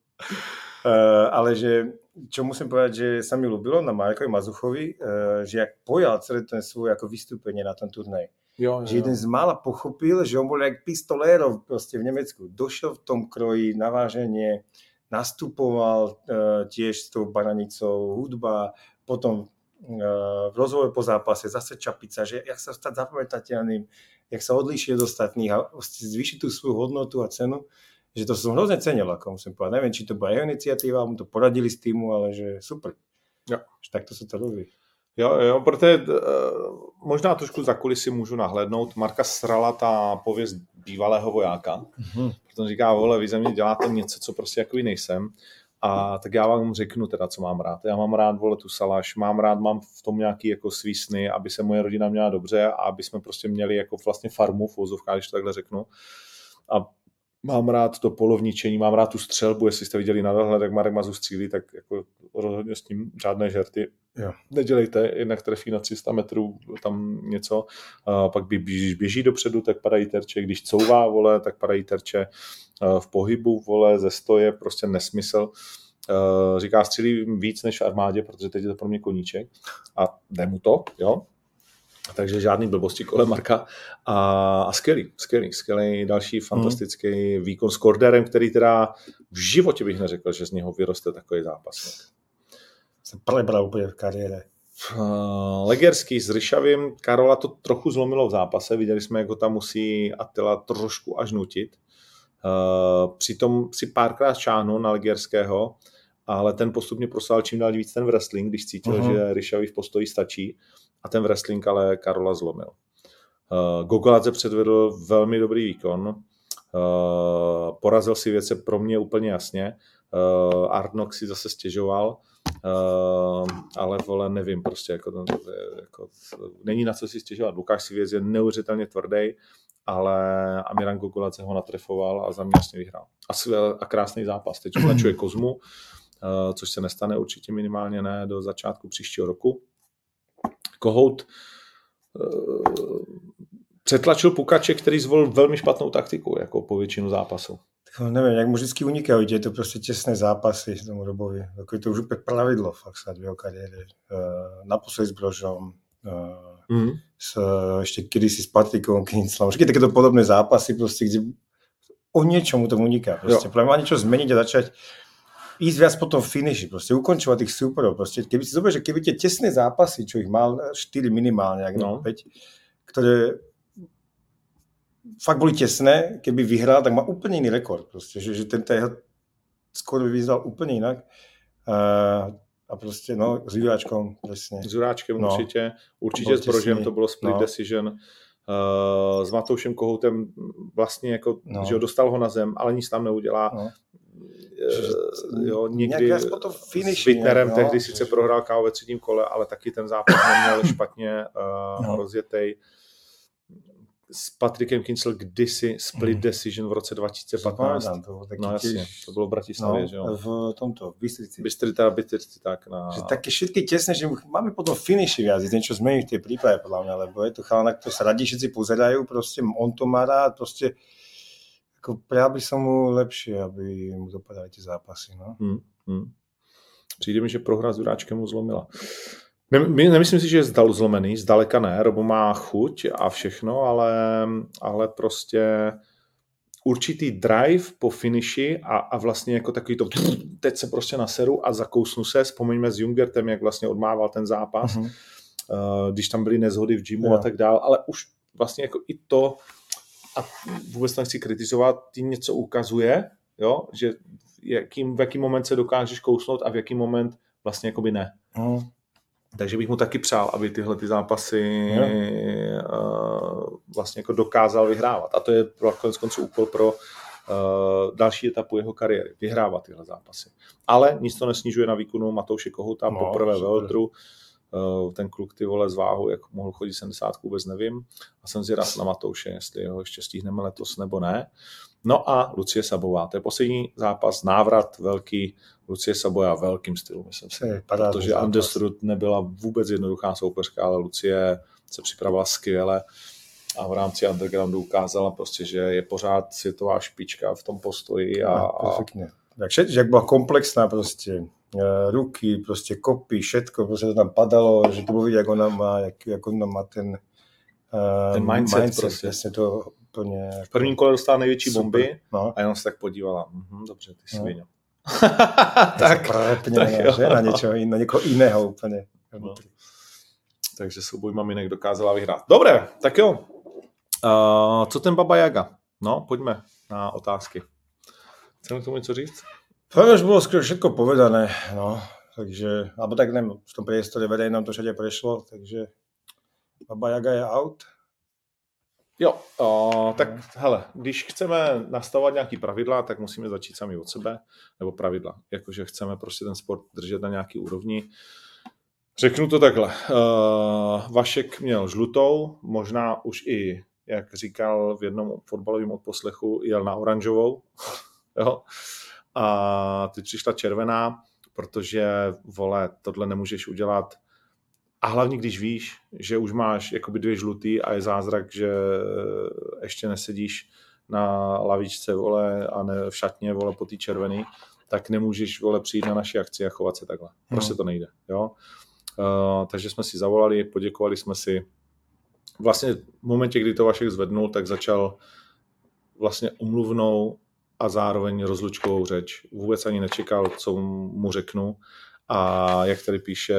ale že, čo musím povedať, že sa mi ľúbilo na Markovi Mazuchovi, uh, že jak pojal celé ten svoj ako vystúpenie na ten turnaj. Jo, jo. Že jeden z mála pochopil, že on bol jak pistolérov proste v Nemecku. Došiel v tom kroji, naváženie, nastupoval uh, tiež s tou baranicou, hudba, potom uh, v rozvoju po zápase zase čapica, že jak sa stať zapamätateľným, jak sa odlíši od ostatných a zvýšiť tú svoju hodnotu a cenu, že to som hrozne cenil, ako musím povedať. Neviem, či to bola jeho iniciatíva, mu to poradili z týmu, ale že super. Jo. Že takto sa to robí. Jo, jo, protože uh, možná trošku za kulisy můžu nahlédnout. Marka srala ta pověst bývalého vojáka. Mm-hmm. Protože říká, vole, vy ze mě děláte něco, co prostě jako nejsem. A tak já vám řeknu teda, co mám rád. Já mám rád, vole, tu salaš, mám rád, mám v tom nějaký jako svý sny, aby se moje rodina měla dobře a aby jsme prostě měli jako vlastně farmu v ozovkách, když to takhle řeknu. A mám rád to polovničení, mám rád tu střelbu, jestli jste viděli na dohled, jak Marek Mazuch střílí, tak jako rozhodně s tím žádné žerty jo. Nedělejte, jednak trefí na tři sta metrů tam něco, a pak když běží dopředu, tak padají terče, když couvá, vole, tak padají terče, v pohybu, vole, ze stoje, prostě nesmysl. Říká, střílí víc než v armádě, protože teď je to pro mě koníček a jde mu to, jo. Takže žádný blbosti kolem Marka a, a skvělý, skvělý, skvělý další fantastický hmm. výkon s Korderem, který teda v životě bych neřekl, že z něho vyroste takový zápasník. Se prebral úplně v kariére. Uh, Legerský s Ryšavým, Karola to trochu zlomilo v zápase, viděli jsme, jak ho tam musí Attila trošku až nutit. Uh, přitom si párkrát šáhnul na Legerského, ale ten postupně prosál čím dál víc ten wrestling, když cítil, uh-huh. že Ryšavý v postoji stačí. A ten wrestling ale Karola zlomil. Uh, Gogoladze předvedl velmi dobrý výkon. Uh, porazil si věce pro mě úplně jasně. Uh, Arnok si zase stěžoval, uh, ale vole, nevím, prostě jako, to, jako, není na co si stěžovat. Lukáš si věc je neuvěřitelně tvrdý, ale Amiran Gogoladze ho natrefoval a za mě jasně vyhrál. A, své, a krásný zápas. Teď označuje Kozmu, uh, což se nestane určitě minimálně ne do začátku příštího roku. Kohout uh, přetlačil Pukače, který zvolil velmi špatnou taktiku, jako po většinu zápasu. Tak nevím, jak mu vždycky unikají, je to prostě těsné zápasy tomu Robovi. Jako je to už úplně pravidlo, fakt snad v jeho kariére. Uh, naposledy s Brožom, uh, mm. s, ještě kedysi s Patrikom Kinslom. Všetky takéto podobné zápasy, prostě, kde o niečom mu to uniká. Prostě. Má niečo zmeniť a začať ísť viac po tom finiši, proste ukončovať tých súperov. Proste, keby si zober, že keby tie tesné zápasy, čo ich mal štyri minimálne, ak no. päť, ktoré fakt boli tesné, keby vyhral, tak má úplne iný rekord. Proste, že, že ten jeho skôr by vyzeral úplne inak. Uh, a proste, no, s Juráčkom, presne. S Juráčkem no. určite. Určite s Brožem to bolo split no. decision. Uh, s Matoušem Kohoutem vlastně jako, no. že ho dostal ho na zem, ale nic tam neudělá. No. Jo, někdy finiši, s Wittnerem no, tehdy sice prohrál ká ó ve třetím kole, ale taky ten zápas neměl špatně uh, no. rozjetej. S Patrikem Kinsel kdysi split decision v roce dva tisíce patnáct. To, no jasně, to bylo v Bratislavě, no, že jo? V tomto, v Bystrici. Bystrita, Bystrici, tak. Na... Že také všetky tesné, že máme potom finiši viac, niečo zmení v tej príprave, podľa mňa, lebo je to chalán, ktorý sa radí všetci pozerajú, proste on to má rád, proste ako prial by som mu lepšie, aby mu dopadali tie zápasy, no. Hmm, hmm. Přijde mi, že prohra s Juráčkem mu zlomila. Ne, nemyslím si, že je zdal zlomený, zdaleka ne, Robo má chuť a všechno, ale, ale prostě určitý drive po finiši a, a vlastně jako takový to teď se prostě naseru a zakousnu se, vzpomeňme s Jungertem, jak vlastně odmával ten zápas, mm-hmm. když tam byly nezhody v gymu yeah. a tak dál, ale už vlastně jako i to, a vůbec nechci kritizovat, ti něco ukazuje, jo, že jakým, v jaký moment se dokážeš kousnout a v jaký moment vlastně jakoby ne. Mm. Takže bych mu taky přál, aby tyhle ty zápasy uh, vlastně jako dokázal vyhrávat. A to je konec konců úkol pro uh, další etapu jeho kariéry. Vyhrávat tyhle zápasy. Ale nic to nesnižuje na výkonu Matouše Kohouta, no, poprvé ve Veltru. ten kluk ty vole z váhu, jak mohl chodit sedmdesát, vůbec nevím. A jsem zvědav na Matouše, jestli ho ještě stihneme letos nebo ne. No a Lucie Sabová, to je poslední zápas, návrat velký Lucie Sabová velkým stylu, myslím si. Protože Andersrud nebyla vůbec jednoduchá soupeřka, ale Lucie se připravila skvěle a v rámci undergroundu ukázala prostě, že je pořád světová špička v tom postoji. A, no, perfektně. Jak, jak byla komplexná prostě. Ruky, prostě kopy, všetko, prostě to tam padalo, že to bylo vidět, jak ona má, jak, jak ona má ten, ten mindset, mindset prostě. Vlastně to úplně... V prvním kole dostala největší super bomby no. A jenom se tak podívala. Mhm, dobře, ty jsi no. Viděl. tak, tak že? Na něčeho, na někoho jiného úplně. No. Takže souboj maminek dokázala vyhrát. Dobré, tak jo. Uh, co ten Baba Jaga? No, pojďme na otázky. Chceme k tomu něco říct? To už bylo skoro všetko povedané, no, takže, alebo tak nevím, v tom priestore vedej nám to všade prešlo, takže Baba Jaga je out. Jo, o, tak no. Hele, když chceme nastavovat nějaký pravidla, tak musíme začít sami od sebe, nebo pravidla, jakože chceme prostě ten sport držet na nějaký úrovni. Řeknu to takhle, uh, Vašek měl žlutou, možná už i, jak říkal v jednom fotbalovém odposlechu, jel na oranžovou, jo. A teď přišla červená, protože, vole, tohle nemůžeš udělat. A hlavně, když víš, že už máš jakoby dvě žlutý a je zázrak, že ještě nesedíš na lavičce, vole, a ne v šatně, vole, po té červený, tak nemůžeš, vole, přijít na naši akci a chovat se takhle. Prostě to nejde, jo. Uh, takže jsme si zavolali, poděkovali jsme si. Vlastně v momentě, kdy to Vašek zvednul, tak začal vlastně umluvnou a zároveň rozlučkovou řeč. Vůbec ani nečekal, co mu řeknu. A jak tady píše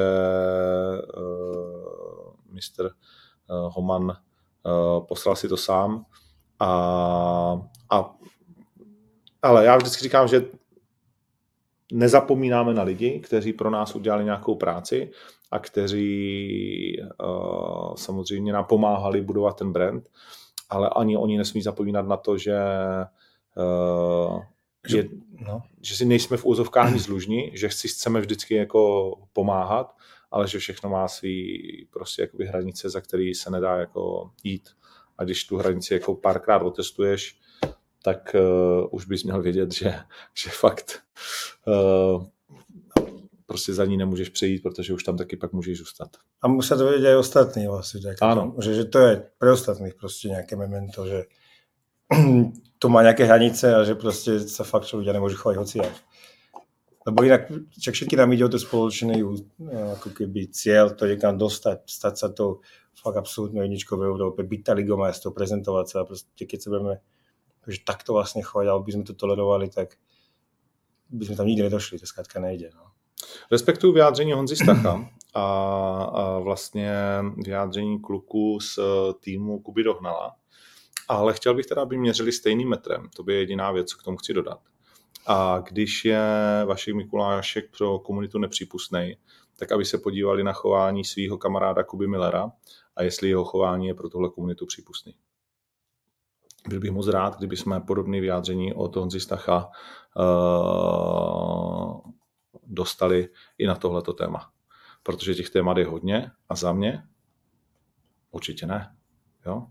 uh, mister uh, Homan, uh, poslal si to sám. A, a, ale já vždycky říkám, že nezapomínáme na lidi, kteří pro nás udělali nějakou práci a kteří uh, samozřejmě nám pomáhali budovat ten brand, ale ani oni nesmí zapomínat na to, že Uh, že, no. že si nejsme v úzovkách nic dlužní, že si chceme vždycky jako pomáhat, ale že všechno má svý prostě jakoby hranice, za který se nedá jako jít. A když tu hranici jako párkrát otestuješ, tak uh, už bys měl vědět, že, že fakt uh, prostě za ní nemůžeš přejít, protože už tam taky pak můžeš zůstat. A musia to vědět i ostatní vlastně. Tak ano. Že, že to je pre ostatných prostě nějaké memento, že to má nějaké hranice a že prostě sa fakt ľudia nemôžu chovať hociak. Lebo inak, čak všetky nám ide o to spoločný ako keby cieľ, to niekam dostať, stať sa to fakt absolútnou jedničkou v Európe, byť tá ligomajstrov, prezentovať sa a proste keď sa budeme že takto vlastne chovať, alebo by sme to tolerovali, tak by sme tam nikdy nedošli, to skrátka nejde. No. Respektuju vyjádření Honzy Stacha a, a vlastně vyjádření kluků z týmu Kuby Dohnala. Ale chtěl bych teda, aby měřili stejným metrem. To by je jediná věc, co k tomu chci dodat. A když je Vašek Mikulášek pro komunitu nepřípustný, tak aby se podívali na chování svého kamaráda Kuby Millera a jestli jeho chování je pro tuhle komunitu přípustný. Byl bych moc rád, kdyby jsme podobné vyjádření od Honzy Stacha uh, dostali i na tohleto téma. Protože těch témat je hodně a za mě určitě ne. Jo?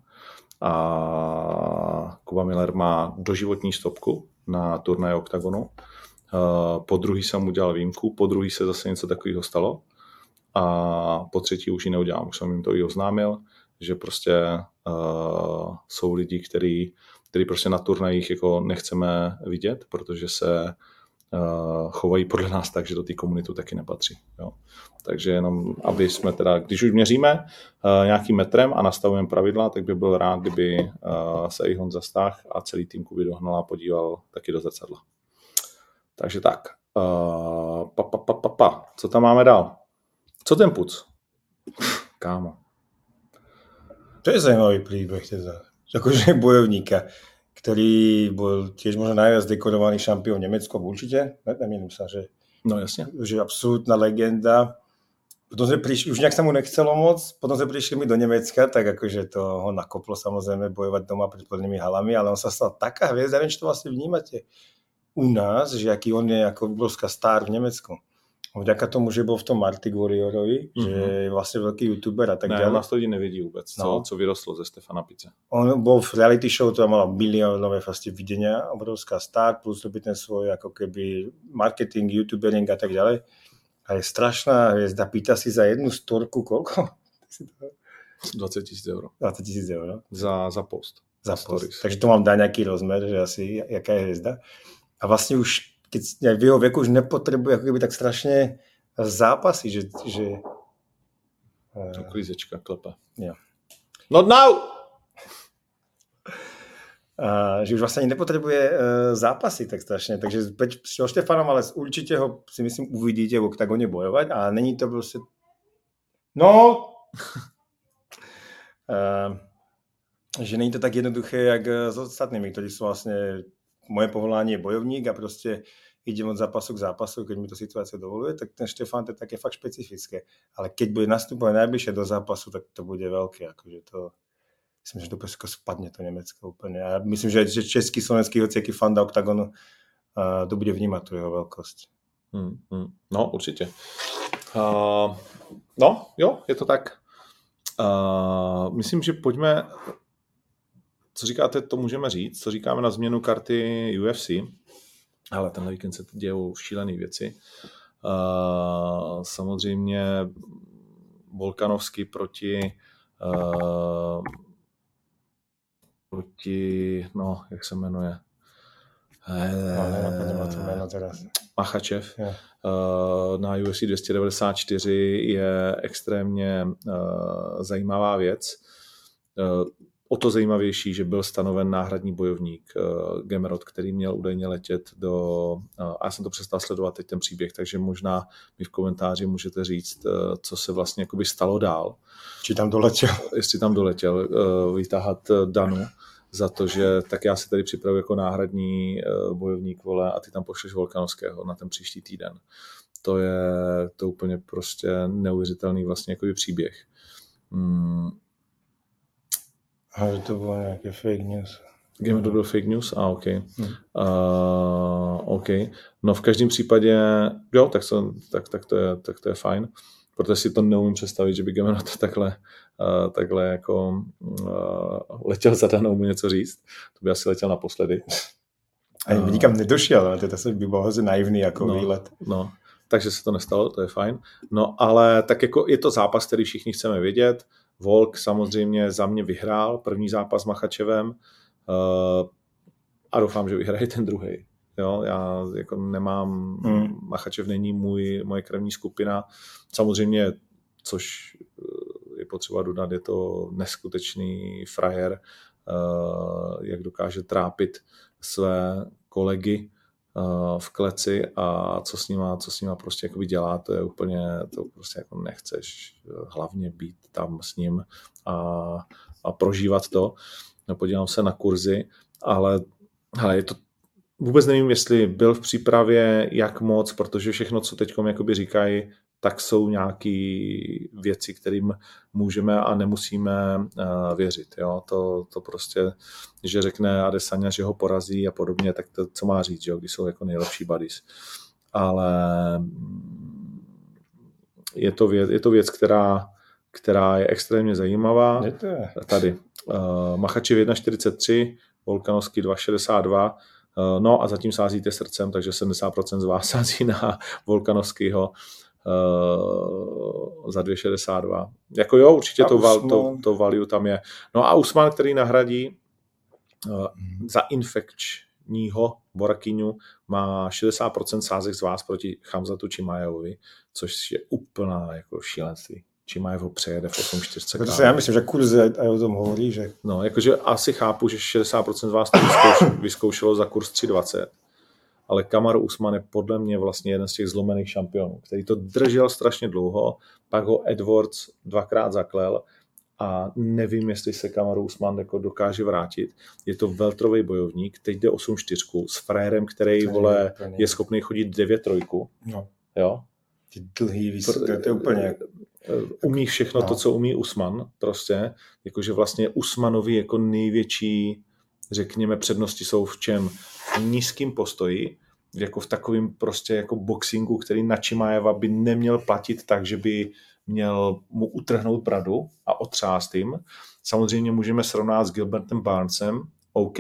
A Kuba Miller má doživotní stopku na turnaji Oktagonu. Po druhý jsem udělal výjimku, po druhý se zase něco takového stalo a po třetí už ji neudělám. Už jsem jim to i oznámil, že prostě uh, jsou lidi, který, který prostě na turnajích jako nechceme vidět, protože se uh, chovají podle nás tak, že do té komunitu taky nepatří. Jo. Takže jenom, aby jsme teda, když už měříme uh, nějakým metrem a nastavujeme pravidla, tak by byl rád, kdyby uh, se i Honza Stach a celý tým Kuby Dohnala podíval taky do zrcadla. Takže tak. Uh, pa, pa, pa, pa, pa. Co tam máme dál? Co ten puc? Kámo. To je zajímavý príbeh teda. Akože bojovníka, ktorý bol tiež možno najviac dekorovaný šampión v Nemecku, určite. Nemýlim sa, že, no, jasne. Že absolútna legenda. Potom sme prišli, už nejak sa mu nechcelo moc, potom sme prišli my do Nemecka, tak akože to ho nakoplo samozrejme bojovať doma pred plnými halami, ale on sa stal taká hviezda, neviem, či to vlastne vnímate u nás, že aký on je ako obrovská star v Nemecku. Vďaka tomu, že byl v tom Arctic Warriorovi, mm-hmm. že je vlastně velký youtuber a tak ne, dále. Ne, nás to lidi nevědí vůbec, co, no. co vyrostlo ze Stefana Pice. On byl v reality show, to mala miliónové vlastně videnia, obrovská star, plus to by ten svoj ako keby marketing, youtubering a tak dále. A je strašná hviezda, pýta si za jednu storku koľko? dvacet tisíc eur. dvacet tisíc eur. Za, za post. Za post. Takže to mám dá nejaký rozmer, že asi jaká je hviezda. A vlastně už, keď v jeho věku už nepotřebuje jako keby tak strašně zápasy, že... že to klízečka klepe. Jo. Not now! A, že už vlastně ani nepotřebuje uh, zápasy tak strašně, takže s Štefanom, ale určitě ho si myslím uvidíte v oktagone bojovat a není to prostě... No... uh, že není to tak jednoduché, jak s ostatnými, kteří jsou vlastně... Moje povolání je bojovník a prostě idem od zápasu k zápasu, keď mi to situácia dovoluje, tak ten Štefan to je také fakt špecifické. Ale keď bude nastupovať najbližšie do zápasu, tak to bude veľké. Akože to, myslím, že to prostě spadne to Německo úplně. A myslím, že, že český, slovenský, hociaký fanda Oktagonu uh, to bude vnímat, tu jeho velkost. Hmm, hmm. No, určitě. Uh, no, jo, je to tak. Uh, myslím, že pojďme... Co říkáte, to můžeme říct, co říkáme na změnu karty U F C, ale tenhle víkend se dějou šílené věci. Uh, samozřejmě Volkanovský proti uh, proti, no, jak se jmenuje? Uh, Makhačev yeah. uh, na U F C dvě stě devadesát čtyři je extrémně uh, zajímavá věc. Uh, O to zajímavější, že byl stanoven náhradní bojovník uh, Gamrot, který měl údajně letět do... Uh, a já jsem to přestal sledovat teď ten příběh, takže možná mi v komentáři můžete říct, uh, co se vlastně jakoby stalo dál. Či tam doletěl. Jestli tam doletěl uh, vytáhat uh, Danu za to, že tak já se tady připravuji jako náhradní uh, bojovník, vole, a ty tam pošleš Volkanovského na ten příští týden. To je to úplně prostě neuvěřitelný vlastně jakoby příběh. Hmm. Ale to bylo nějaké fake news. Game to byl fake news? A, ah, OK. Hmm. Uh, OK. No v každém případě, jo, tak, to, tak, tak, to, je, tak to je fajn, protože si to neumím představit, že by Game to takhle, uh, takhle jako uh, letěl za Danou mu něco říct. To by asi letěl naposledy. Ani by nikam nedošel, ale to by bylo hrozně naivný jako no, výlet. No, takže se to nestalo, to je fajn. No, ale tak jako je to zápas, který všichni chceme vědět. Volk samozřejmě za mě vyhrál první zápas s Makhačevem uh, a doufám, že vyhraje ten druhý. Jo, já jako nemám, hmm. Makhačev není můj, moje krevní skupina. Samozřejmě, což je potřeba dodat, je to neskutečný frajer, uh, jak dokáže trápit své kolegy uh, v kleci a co s nima, co s nima prostě jakoby dělá, to je úplně, to prostě jako nechceš hlavně být tam s ním a, a prožívat to. Podívám se na kurzy, ale hele, je to, vůbec nevím, jestli byl v přípravě, jak moc, protože všechno, co teďkom jakoby říkají, tak jsou nějaké věci, kterým můžeme a nemusíme uh, věřit. Jo? To, to prostě, že řekne Adesanya, že ho porazí a podobně, tak to, co má říct, jo? Když jsou jako nejlepší buddies. Ale je to věc, je to věc která, která je extrémně zajímavá. Je to je. Tady. Uh, Makhačev jedna čtyřicet tři, Volkanovský dva šedesát dva, uh, no a zatím sázíte srdcem, takže sedmdesát procent z vás sází na Volkanovskýho Uh, za dvě šedesát dva. Jako jo, určitě to, val, to, to value tam je. No a Usman, který nahradí uh, za infekčního Borakyňu, má šedesát procent sázek z vás proti Khamzatu Chimaevovi, což je úplná jako šílenství. Chimaev ho přejede v osm čtyřicet. Protože já myslím, že kurz a o tom hovorí, že... No, jakože asi chápu, že šedesát procent z vás to vyzkouš, vyzkoušelo za kurz tři dvacet. Ale Kamaru Usman je podle mě vlastně jeden z těch zlomených šampionů, který to držel strašně dlouho, pak ho Edwards dvakrát zaklel a nevím, jestli se Kamaru Usman jako dokáže vrátit. Je to welterový bojovník, teď jde osm čtyři s frérem, který vole, je schopný chodit devět tři. No. Jo? Ty dlhý výsledky, to je úplně... Umí všechno no. To, co umí Usman, prostě, jakože vlastně Usmanovi jako největší, řekněme, přednosti jsou v čem? V nízkým postoji, jako v takovém prostě jako boxingu, který na Chimaeva by neměl platit tak, že by měl mu utrhnout bradu a otřást jim. Samozřejmě můžeme srovnat s Gilbertem Barnesem, OK.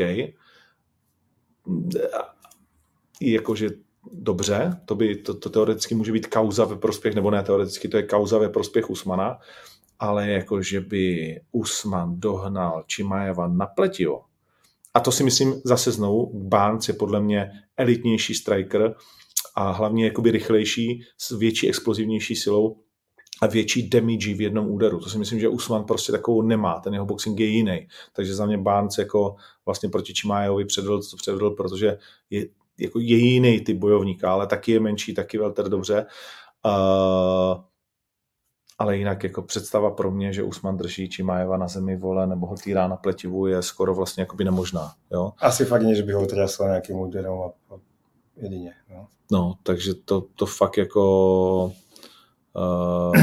Jakože dobře, to, by, to, to teoreticky může být kauza ve prospěch, nebo ne teoreticky, to je kauza ve prospěch Usmana, ale jako, že by Usman dohnal Chimaeva na pletiu. A to si myslím zase znovu, Barnes je podle mě elitnější striker a hlavně jakoby rychlejší, s větší explozivnější silou a větší damage v jednom úderu. To si myslím, že Usman prostě takovou nemá, ten jeho boxing je jiný. Takže za mě Barnes jako vlastně proti Chimaevovi předvedl, co předvedl, protože je, jako je jiný typ bojovníka, ale taky je menší, taky welter dobře. Uh, ale jinak jako představa pro mě, že Usman drží Chimaeva na zemi, vole, nebo ho týrá na pletivu, je skoro vlastně jakoby nemožná. Jo? Asi fakt nie, že by ho trasl nějakým úderem a, a jedině. No. no, takže to, to fakt jako uh,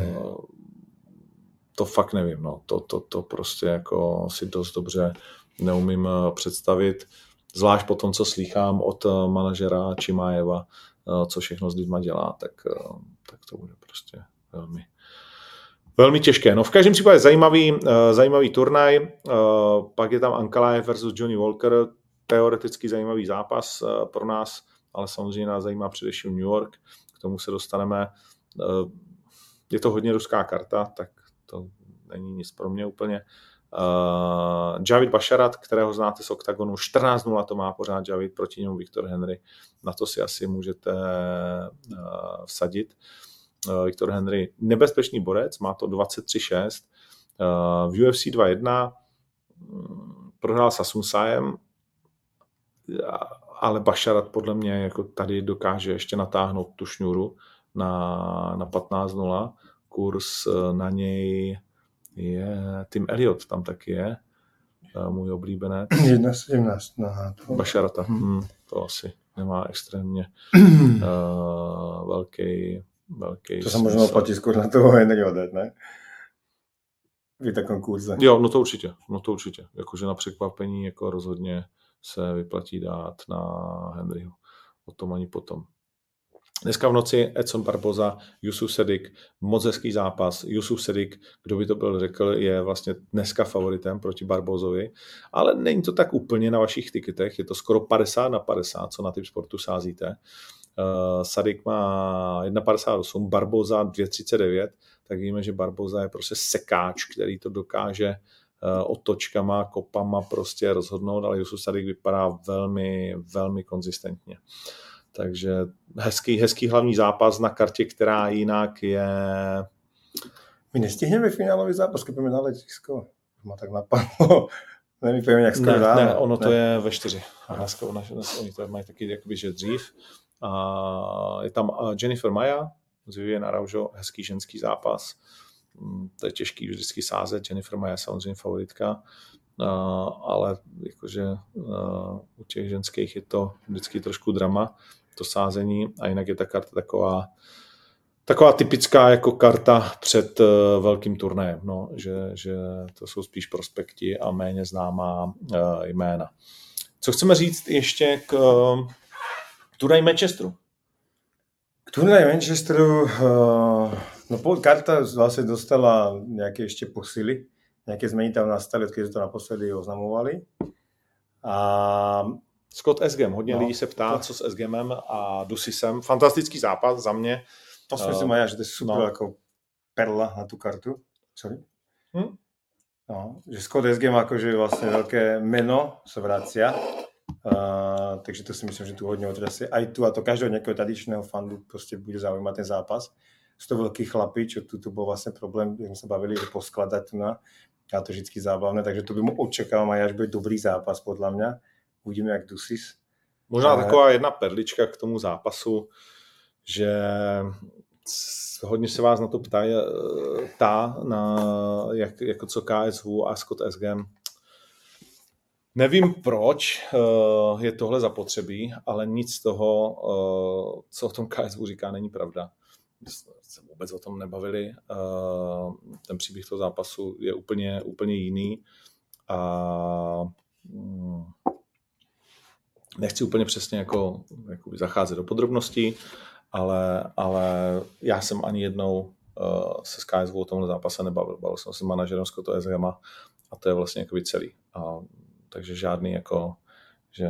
to fakt nevím, no. To, to, to prostě jako si dost dobře neumím představit, zvlášť po tom, co slýchám od manažera Chimaeva, co všechno s lidma dělá, tak, tak to bude prostě velmi Velmi těžké. No v každém případě zajímavý, uh, zajímavý turnaj. Uh, pak je tam Ankalaev versus Johnny Walker. Teoreticky zajímavý zápas uh, pro nás, ale samozřejmě nás zajímá především New York. K tomu se dostaneme. Uh, je to hodně ruská karta, tak to není nic pro mě úplně. Uh, Javid Basharat, kterého znáte z Octagonu, čtrnáct nula to má pořád Javid, proti němu Viktor Henry. Na to si asi můžete uh, vsadit. Viktor Henry, nebezpečný borec, má to dvacet tři šest. V U F C dva jedna prohrál s Asunsajem, ale Basharat podle mě jako tady dokáže ještě natáhnout tu šňůru na, na patnáct nula. Kurz na něj je Tim Elliott, tam taky je, můj oblíbenec. jedna sedmnáct. Basharata, hmm, to asi nemá extrémně uh, velký Velký to se možná oplatí skôr na toho Henryho dát, ne? V takom kurze. Jo, no to určitě, no to určitě. Jakože na překvapení jako rozhodně se vyplatí dát na Henryho. O tom ani potom. Dneska v noci Edson Barboza, Yusuf Sedik, moc hezký zápas. Yusuf Sedik, kdo by to byl řekl, je vlastně dneska favoritem proti Barbozovi, ale není to tak úplně na vašich tiketech, je to skoro padesát na padesát, co na typ sportu sázíte. Uh, Sadik má jedna padesát osm, Barboza dvě třicet devět, tak víme, že Barboza je prostě sekáč, který to dokáže uh, otočkama, kopama prostě rozhodnout, ale Yusuf Sadik vypadá velmi, velmi konzistentně. Takže hezký, hezký hlavní zápas na kartě, která jinak je... My nestihneme finálový zápas, keď půjdeme na letisko. Má tak napadlo. Nevím, jak skoro ne, dáme. Ne, ono ne. To je ve čtyři. Dneska oni to mají taky jakoby, že dřív. A je tam Jennifer Maia z Vivian Araujo, hezký ženský zápas. To je těžký vždycky sázet. Jennifer Maia je samozřejmě favoritka, ale jakože u těch ženských je to vždycky trošku drama, to sázení, a jinak je ta karta taková taková typická jako karta před velkým turnajem, no, že, že to jsou spíš prospekti a méně známá jména. Co chceme říct ještě k turnaji Manchesteru? K turnaji Manchesteru, uh, no pol karta vlastně dostala nějaké ještě posily, nějaké změny tam nastaly, odkedy to naposledy oznamovali. A Scott Esgem, hodně no, lidí se ptá, to... co s Esgemem a Dusisem. Fantastický zápas za mě. To si myslím, uh, že to je super no. Jako perla na tu kartu. Sorry. Hm? No, že Scott Esgem akože vlastně velké jméno se vracia. Uh, takže to si myslím, že tu hodně otrasie. Aj tu a to každého nějakého tradičného fandu prostě bude zaujímat ten zápas. Sú to veľký chlapi, čo tu, tu bol vlastne problém, kde sme sa bavili, že poskladať tu na. A to vždycky zábavné, takže to by mu očakával aj až bude dobrý zápas, podľa mňa. Uvidíme, jak Dusis. Možná uh, taková jedna perlička k tomu zápasu, že hodně se vás na to ptá, tá, na jak, jako co K S V a Scott Esgem. Nevím, proč uh, je tohle zapotřebí, ale nic z toho, uh, co o tom K S V říká, není pravda. Se vůbec o tom nebavili. Uh, ten příběh toho zápasu je úplně, úplně jiný. A um, nechci úplně přesně jako, jako zacházet do podrobností, ale, ale já jsem ani jednou uh, se s K S V o tomhle zápase nebavil. Bavil jsem se s manažerem Scottu Esgama a to je vlastně jakoby celý. A, takže žádný jako, že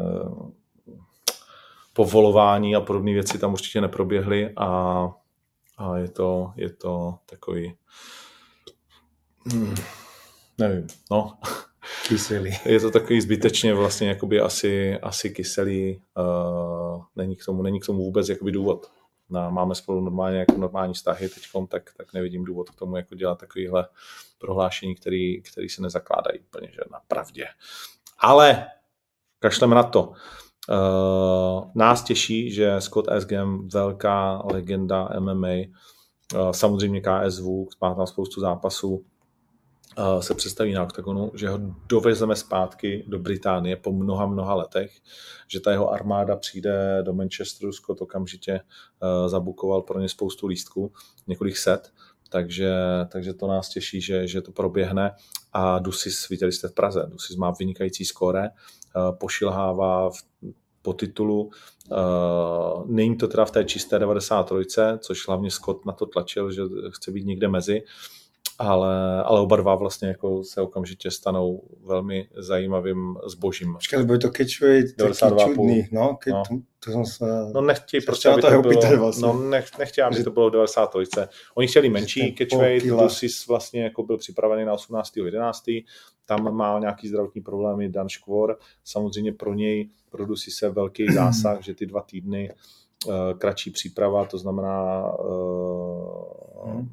povolování a podobné věci tam určitě neproběhly a, a je to, je to takový hmm, nevím, no. Kyselý. Je to takový zbytečně vlastně jakoby asi, asi kyselý. Uh, není, k tomu, není k tomu vůbec jakoby důvod. No, máme spolu normálně jako normální vztahy teďkom, tak, tak nevidím důvod k tomu jako dělat takovýhle prohlášení, který, který se nezakládají úplně že na pravdě. Ale kašleme na to. Uh, nás těší, že Scott Esgam, velká legenda M M A, uh, samozřejmě K S V, má tam spoustu zápasů, uh, se představí na oktagonu, že ho dovezeme zpátky do Británie po mnoha, mnoha letech, že ta jeho armáda přijde do Manchesteru, Scott okamžitě uh, zabukoval pro ně spoustu lístků, několik set, takže, takže to nás těší, že, že to proběhne a Dusis, viděli jste v Praze, Dusis má vynikající skóre, pošilhává v, po titulu. Uh, není to teda v té čisté devadesát tři, což hlavně Scott na to tlačil, že chce být někde mezi, ale, ale oba dva vlastně jako se okamžitě stanou velmi zajímavým zbožím. Počkej, lebo je to catchweight taký čudný, no, keď no. To, to som sa... No nechtějí prostě, aby to bylo, vlastně. no nech, nechtějí, aby to bylo v devadesát tři. Oni chtěli menší catchweight, Dusis vlastně jako byl připravený na osmnáctého jedenáctého Tam má nějaký zdravotní problémy Dan Škvor. Samozřejmě pro něj, pro Dusise velký zásah, že ty dva týdny uh, kratší příprava, to znamená uh, hmm.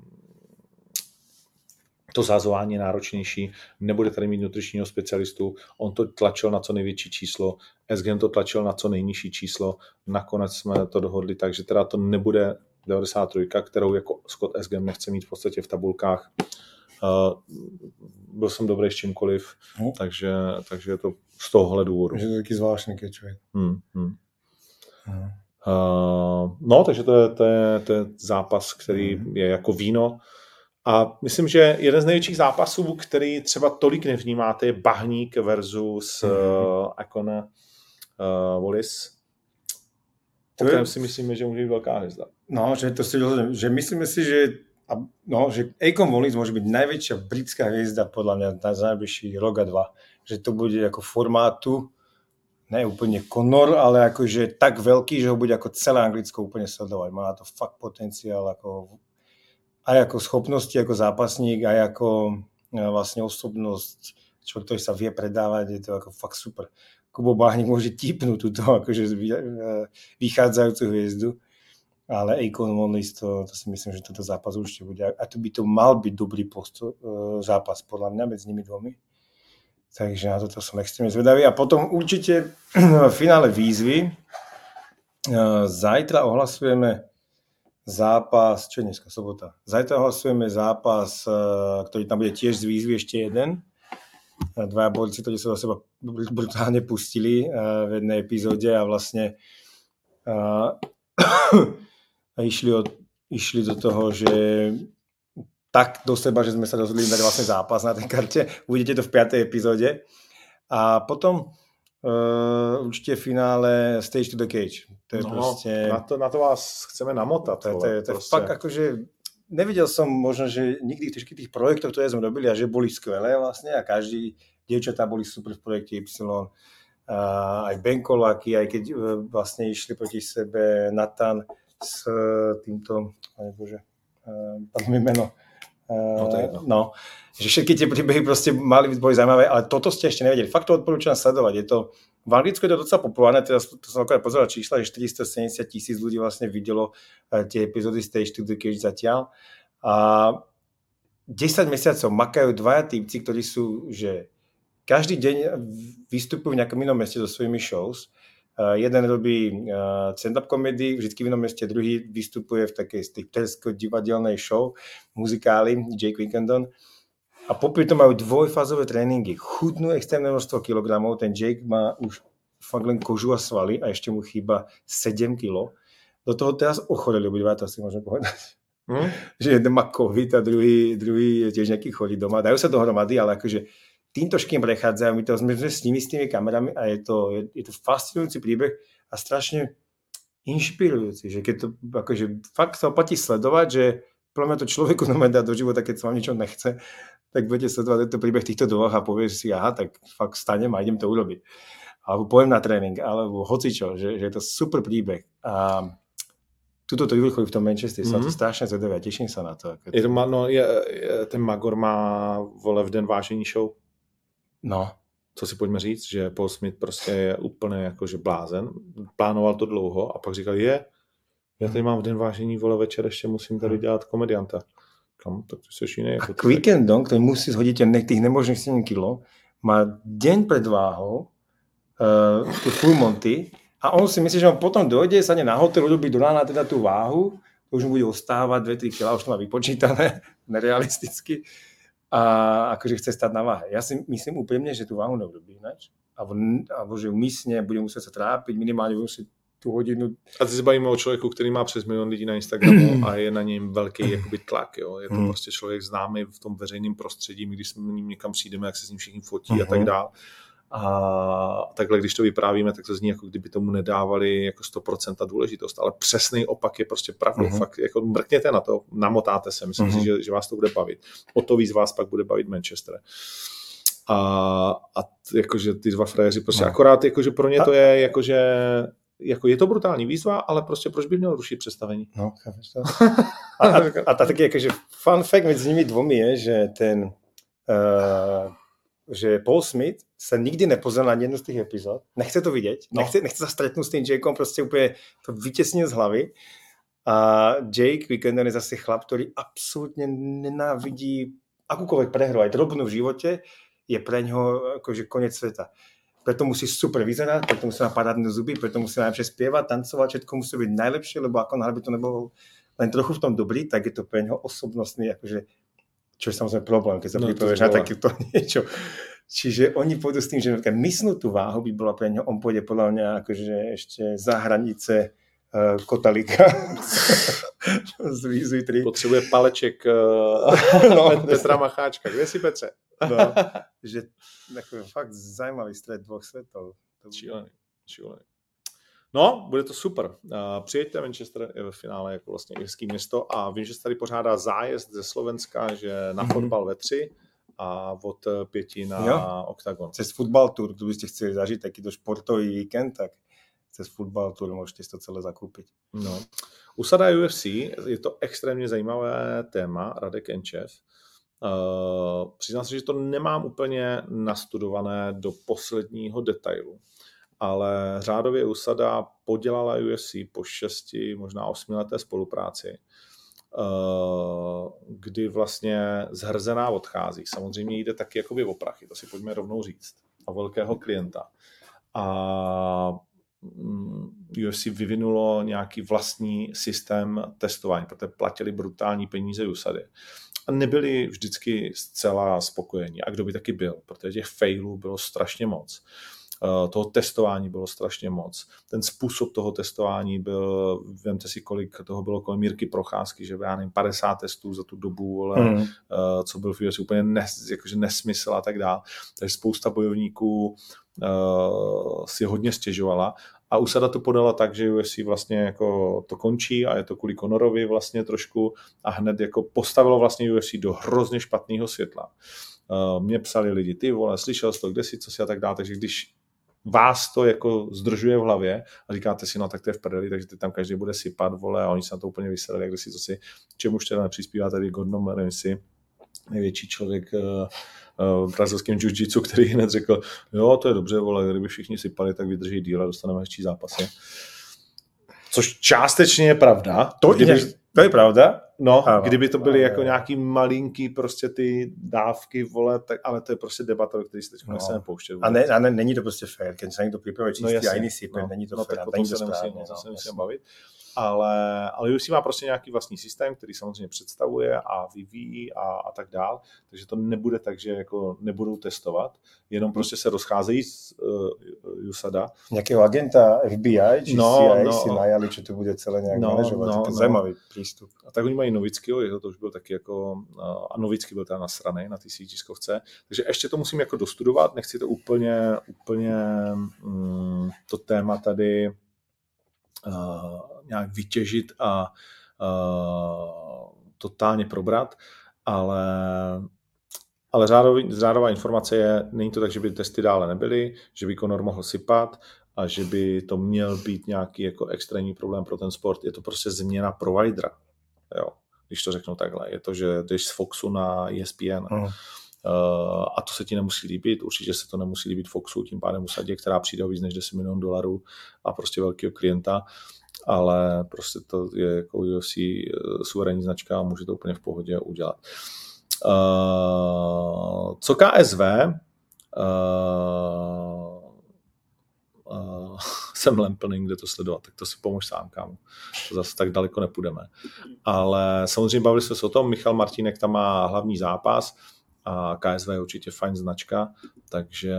to zázování je náročnější, nebude tady mít nutričního specialistu, on to tlačil na co největší číslo, Esgam to tlačil na co nejnižší číslo, nakonec jsme to dohodli tak, že teda to nebude devadesát tři, kterou jako Scott Esgam nechce mít v podstatě v tabulkách. Uh, byl jsem dobrý s čímkoliv, hmm. takže, takže je to z tohohle důvodu. Takže to je taky zvláštní catchweight. Hmm, hmm. Hmm. Uh, no, takže to je, to, je, to je zápas, který hmm. je jako víno. A myslím, že jeden z největších zápasů, který třeba tolik nevnímáte, je Bahník versus mm-hmm. uh, Akona uh, Wallis. O kterém si myslíme, že může být velká hvězda. No, že to si že myslíme si, že, no, že Akon Wallis môže byť najväčšia britská hviezda podľa mňa na najbližší rok a dva. Že to bude ako formátu, ne úplne Conor, ale akože tak veľký, že ho bude ako celé Anglicko úplne sledovať. Má na to fakt potenciál ako aj ako schopnosti, ako zápasník, aj ako vlastne osobnosť, čo ktorý sa vie predávať, je to ako fakt super. Kubo Bahník môže tipnúť túto akože vychádzajúcu hviezdu, ale Akon Wallis, to, to si myslím, že toto zápas určite bude. A to by to mal byť dobrý posto, zápas podľa mňa medzi nimi dvomi. Takže na toto som extrémne zvedavý. A potom určite v finále výzvy zajtra ohlasujeme zápas, čo je dneska, sobota. Zajtra hlasujeme zápas, ktorý tam bude tiež z výzvy ešte jeden. Dvaja borci, ktorí sa do seba brutálne pustili v jednej epizóde a vlastne uh, išli, od, išli do toho, že tak do seba, že sme sa rozhodli dať vlastne zápas na tej karte. Uvidíte to v piatej epizóde. A potom Uh, určitě finále Stage to the Cage. To je no, prostě... na, to, na to vás chceme namotat. To, to, je, to je prostě... fakt akože... Nevidel som možno, že nikdy v tých projektoch, ktoré sme robili a že boli skvelé vlastne a každý dievčatá boli super v projekte Y. Uh, aj Benkoláky, aj keď uh, vlastne išli proti sebe Nathan s uh, týmto, pane Bože, uh, padlo mi meno. Uh, no, to je jedno. No, že všetky tie príbehy proste mali byť boli zaujímavé, ale toto ste ešte nevedeli. Fakt to odporúčam sledovať. Je to, v Anglicku je to docela populárne, teraz to som akorát pozeral čísla, že štyristosedemdesiat tisíc ľudí vlastne videlo uh, tie epizódy Stage to the Cage zatiaľ. A desať mesiacov makajú dvaja týpci, ktorí sú, že každý deň vystupujú v nejakom inom meste so svojimi shows. Uh, jeden robí uh, stand-up komedy, vždycky v inom meste, druhý vystupuje v takej striptersko-divadelnej show, muzikáli, Jake Wickendon. A popri tom majú dvojfázové tréningy. Chudnú extrémne množstvo kilogramov, ten Jake má už fakt len kožu a svaly a ešte mu chýba sedem kilogramov. Do toho teraz ochoreli obidva, to si môžeme povedať. Hmm? Že jeden má covid a druhý, druhý je tiež nejaký chorý doma. Dajú sa dohromady, ale akože týmto všetkým prechádzajú, my to sme s nimi, s tými kamerami a je to, je, je to fascinujúci príbeh a strašne inšpirujúci, že keď to, akože fakt sa oplatí sledovať, že podľa mňa to človeku normálne dá do života, keď sa vám ničo nechce, tak budete sledovať tento príbeh týchto dvoch a povieš si, aha, tak fakt stanem a idem to urobiť. Alebo pojem na tréning, alebo hocičo, že, že je to super príbeh. A tuto to vyvrcholí v tom Manchesteru, mm-hmm. sa to strašne zvedavý a teším sa na to. Je to má, no, je, je, ten Magor má vole v den vážení show. No. Co si pojďme říct, že Paul Smith prostě je úplně jakože blázen. Plánoval to dlouho a pak říkal, je, já tady mám v den vážení vole večer, ještě musím tady dělat komedianta. Kam, tak to seš jiný. Jako a Quicken Dong, ktorý musí zhodiť tých nemožných sedem kilo, má deň pred váhou uh, tu full monty a on si myslí, že on potom dojde, sa na hotel, urobí do rána teda tú váhu, to už mu bude ostávať dva tri kilá, už to má vypočítané, nerealisticky. A akože chce stať na váhe. Ja si myslím úprimne, že tú váhu neurobí ináč. Alebo, alebo že umísne bude musieť sa trápiť, minimálne bude musieť tú hodinu. A ty se bavíme o člověku, který má přes milion lidí na Instagramu a je na něm velký jakoby tlak. Jo? Je to mm. prostě člověk známý v tom veřejném prostředí, my když s ním někam přijdeme, jak se s ním všichni fotí mm-hmm. a tak dále. A takhle, když to vyprávíme, tak to zní, jako kdyby tomu nedávali jako sto procent důležitost, ale přesný opak je prostě pravdou. Mm-hmm. Fakt, jako mrkněte na to, namotáte se, myslím mm-hmm. si, že, že vás to bude bavit. O to víc vás pak bude bavit Manchester. A, a jakože ty dva frajeři prostě no. akorát, jakože pro ně to je, jakože jako je to brutální výzva, ale prostě proč by měl rušit představení? No, chápeš to? A, a, a, a taky jakože fun fact mezi nimi dvomi je, že ten uh, že Paul Smith sa nikdy nepozrel na jednu z tých epizód. Nechce to vidieť. No. Nechce, nechce sa stretnúť s tým Jakeom, proste úplne to vytesnil z hlavy. A Jake Quickender je zase chlap, ktorý absolútne nenávidí akúkoľvek prehru, aj drobnú v živote, je pre ňoho akože koniec sveta. Preto musí super vyzerať, preto musí mať parádne zuby, preto musí najlepšie spievať, tancovať, všetko musí byť najlepšie, lebo ako náhle by to nebolo len trochu v tom dobrý, tak je to pre ňoho osobnostný, akože, čo je samozrejme problém, keď sa no, pripovieš na takéto niečo. Čiže oni pôjdu s tým, že mysnú tú váhu by bola pre ňoho, on pôjde podľa mňa akože ešte za hranice uh, Kotalíka z výzvy tri. Potřebuje paleček uh, no, Petra Macháčka. Kde si, Petře? No, že jako, fakt zajímavý střed dvoch světov. Šílený, šílený. No, bude to super. Uh, přijeďte, Manchester je ve finále jako vlastně irský město a vím, že se tady pořádá zájezd ze Slovenska, že na fotbal ve tři a od pěti na jo. Oktagon. Cez Football Tour, tu byste chceli zažiť takýto športový víkend, tak cez Football Tour můžete si to celé zakúpiť. No. Usada U F C, je to extrémně zajímavé téma, Radek Enčev. Uh, přiznám se, že to nemám úplně nastudované do posledního detailu, ale řádově Usada podělala U F C po šesti, možná osmileté spolupráci, uh, kdy vlastně zhrzená odchází. Samozřejmě jde taky jakoby o prachy, to si pojďme rovnou říct, a velkého klienta. A U F C vyvinulo nějaký vlastní systém testování, protože platili brutální peníze Usady. A nebyli vždycky zcela spokojení. A kdo by taky byl, protože těch failů bylo strašně moc. Toho testování bylo strašně moc. Ten způsob toho testování byl, vemte si, kolik toho bylo kolem Jirky Procházky, že já nevím, padesát testů za tu dobu, ale, mm. co byl v U F C úplně nes, jakože nesmysl a tak dále. Takže spousta bojovníků uh, si hodně stěžovala. A Usada to podala tak, že U F C vlastně jako to končí a je to kvůli Conorovi vlastně trošku a hned jako postavilo vlastně U F C do hrozně špatného světla. Uh, mě psali lidi, ty vole, slyšel jsi to, kde si, co si a tak dále, takže když vás to jako zdržuje v hlavě a říkáte si, no tak to je v prdeli, takže ty tam každý bude sypat, vole, a oni se na to úplně vysedali, jak si, co si, čemuž teda nepřispívá tady Gordon Ramsay, největší člověk uh, uh, v brazilském jiu-jitsu, který hned řekl, jo, to je dobře, vole, kdyby všichni sypali, tak vydrží díl a dostaneme hezčí zápasy. Což částečně je pravda. To, kdyby, to je pravda. No, ano, kdyby to byly ano, jako nějaký malinký prostě ty dávky, vole, tak, ale to je prostě debata, o který se teď no. nechceme pouštět. A, ne, a ne, není to prostě fair, když se někdo připravuje čistý no, a jiný sype, no, není to no, fair. Tak není to se nemusím, no, se nemusím bavit. Ale, ale U F C má prostě nějaký vlastní systém, který samozřejmě představuje a vyvíjí a, a tak dál, takže to nebude tak, že jako nebudou testovat, jenom prostě se rozcházejí z uh, Usada. Nějakého agenta F B I či no, C I A no, si najali, že to bude celé nějak no, manažovat, no, to je no. zajímavý přístup. A tak oni mají mají Novickýho, jeho to už byl taky jako, a Novický byl teda nasranej na té tiskovce, takže ještě to musím jako dostudovat, nechci to úplně, úplně mm, to téma tady uh, nějak vytěžit a uh, totálně probrat, ale Ale řádový, řádová informace je, není to tak, že by testy dále nebyly, že by Conor mohl sypat a že by to měl být nějaký jako extrémní problém pro ten sport. Je to prostě změna providera, jo, když to řeknu takhle. Je to, že jdeš z Foxu na E S P N mm. uh, a to se ti nemusí líbit, určitě se to nemusí líbit Foxu, tím pádem Usadě, která přijde o víc než deset milionů dolarů a prostě velkého klienta, ale prostě to je jako U F C suverénní značka a může to úplně v pohodě udělat. Uh, co K S V, uh, uh, jsem lemplný, kde to sledovat, tak to si pomož sám, kámo. To zase tak daleko nepůjdeme. Ale samozřejmě bavili jsme se o tom, Michal Martínek tam má hlavní zápas a K S V je určitě fajn značka, takže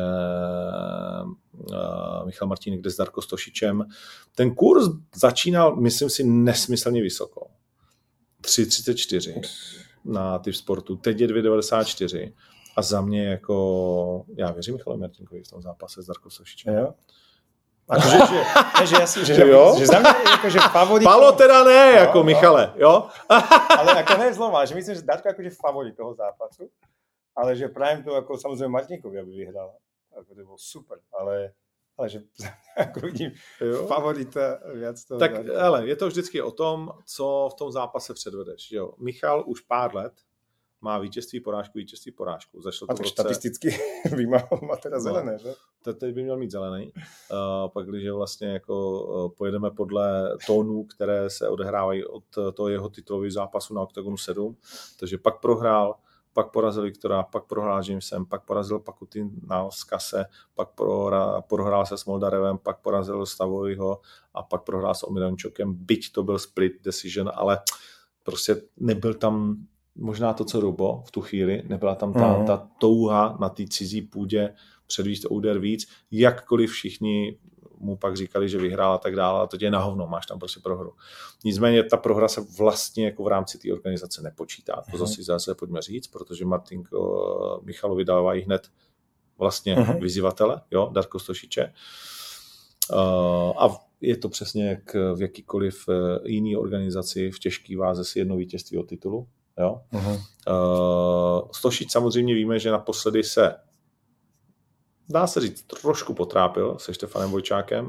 uh, Michal Martínek jde s Darko Stošičem. Ten kurz začínal, myslím si, nesmyslně vysoko. tři třicet čtyři na typ sportu. Teď je dvě devadesát čtyři a za mě jako, já věřím Michalu Martínkovi v tom zápase s Darkou Stošičem. Jo. Akože, že, ne, že, jasný, že, že, že za mě jakože favorit... Palo teda ne, no, jako no. Michale, jo? Ale jako ne zloma, že myslím, že Darko jakože favorit toho zápasu, ale že prajem to jako samozřejmě Martínkovi, aby vyhrala. Jako to bylo super, ale... Ale že jako vidím favorita viac toho. Tak ale je to vždycky o tom, co v tom zápase předvedeš. Jo? Michal už pár let má vítězství, porážku, vítězství, porážku. Zašlo to a to roce... statisticky by má, má teda zelené, no, že? Teď by měl mít zelený. Uh, pak, když vlastně jako uh, pojedeme podle tónů, které se odehrávají od toho jeho titulového zápasu na Octagonu sedm, takže pak prohrál, pak porazil Viktora, pak prohrál Jamesem, pak porazil Pakutin na Skase, pak prohrál, prohrál se s Moldarevem, pak porazil Stavoviho a pak prohrál s Omirančokem, byť to byl split decision, ale prostě nebyl tam možná to, co Rubo v tu chvíli, nebyla tam ta, mm. ta touha na té cizí půdě předvíst úder víc, jakkoliv všichni mu pak říkali, že vyhrál a tak dále, a to tě je na hovno, máš tam prostě prohru. Nicméně ta prohra se vlastně jako v rámci té organizace nepočítá. To zase zase pojďme říct, protože Martinko Michalovi dávají hned vlastně uh-huh. vyzývatele, jo, Darko Stošiče. Uh, a je to přesně jak v jakýkoliv jiný organizaci v těžký váze si jedno vítězství o titulu. Jo? Uh-huh. Uh, Stošič samozřejmě víme, že naposledy se dá se říct, trošku potrápil se Štefanem Vojčákem.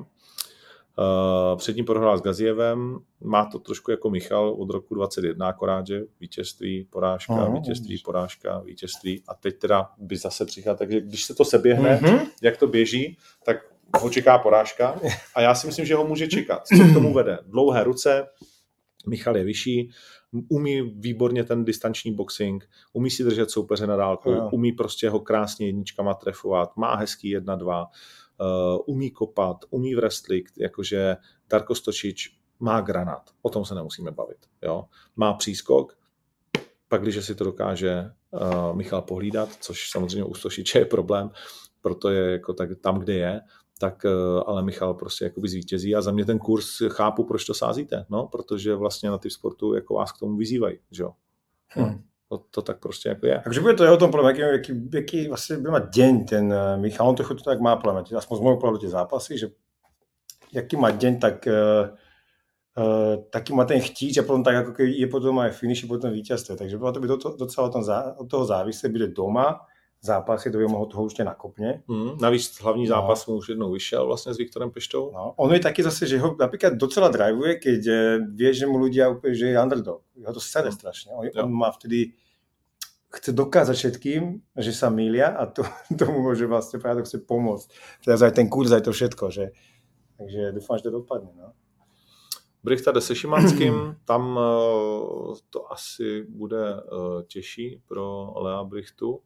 Uh, předtím prohrál s Gazijevem, má to trošku jako Michal od roku dvacet jedna akorát, že vítězství, porážka, uh-huh. vítězství, porážka, vítězství a teď teda by zase přicházet, takže když se to seběhne, uh-huh. jak to běží, tak ho čeká porážka a já si myslím, že ho může čekat. Co k tomu vede? Dlouhé ruce, Michal je vyšší, umí výborně ten distanční boxing, umí si držet soupeře na dálku, no. umí prostě ho krásně jedničkama trefovat, má hezký jedna dva, uh, umí kopat, umí wrestling, jakože Darko Stošič má granát, o tom se nemusíme bavit. Jo? Má přískok, pak když si to dokáže uh, Michal pohlídat, což samozřejmě u Stošiče je problém, proto je jako tak tam, kde je, tak ale Michal prostě jakoby zvítězí a za mě ten kurz chápu, proč to sázíte, no, protože vlastně na typ sportu jako vás k tomu vyzývají, že jo. Hmm. To, to tak prostě jako je. Takže bude to je o tom problém, jaký, jaký, jaký vlastně bude mať deň ten Michal, on to chodí tak má problém, aspoň z môjho pohľadu tie zápasy, že jaký má deň, tak uh, uh, taký má ten chtíč a potom tak ako keď je potom aj finish, potom víťazstvo, takže to by docela od toho závisí, bude doma, zápasy, to by mohlo toho určitě nakopne. Hmm, navíc hlavní zápas no. mu už jednou vyšel vlastně s Viktorem Peštou. No, on je taký zase, že ho napríklad docela drivuje, keď vie, že mu ľudia úplne, že je underdog. Ho to sere hmm. strašne. On, on má vtedy, chce dokázať všetkým, že sa mýlia a to, tomu môže vlastne paradoxne pomôcť. Teraz aj ten kurz, aj to všetko, že takže dúfam, že to dopadne. No. Brichta jde se Šimanským, tam uh, to asi bude uh, těžší pro Lea Brichtu.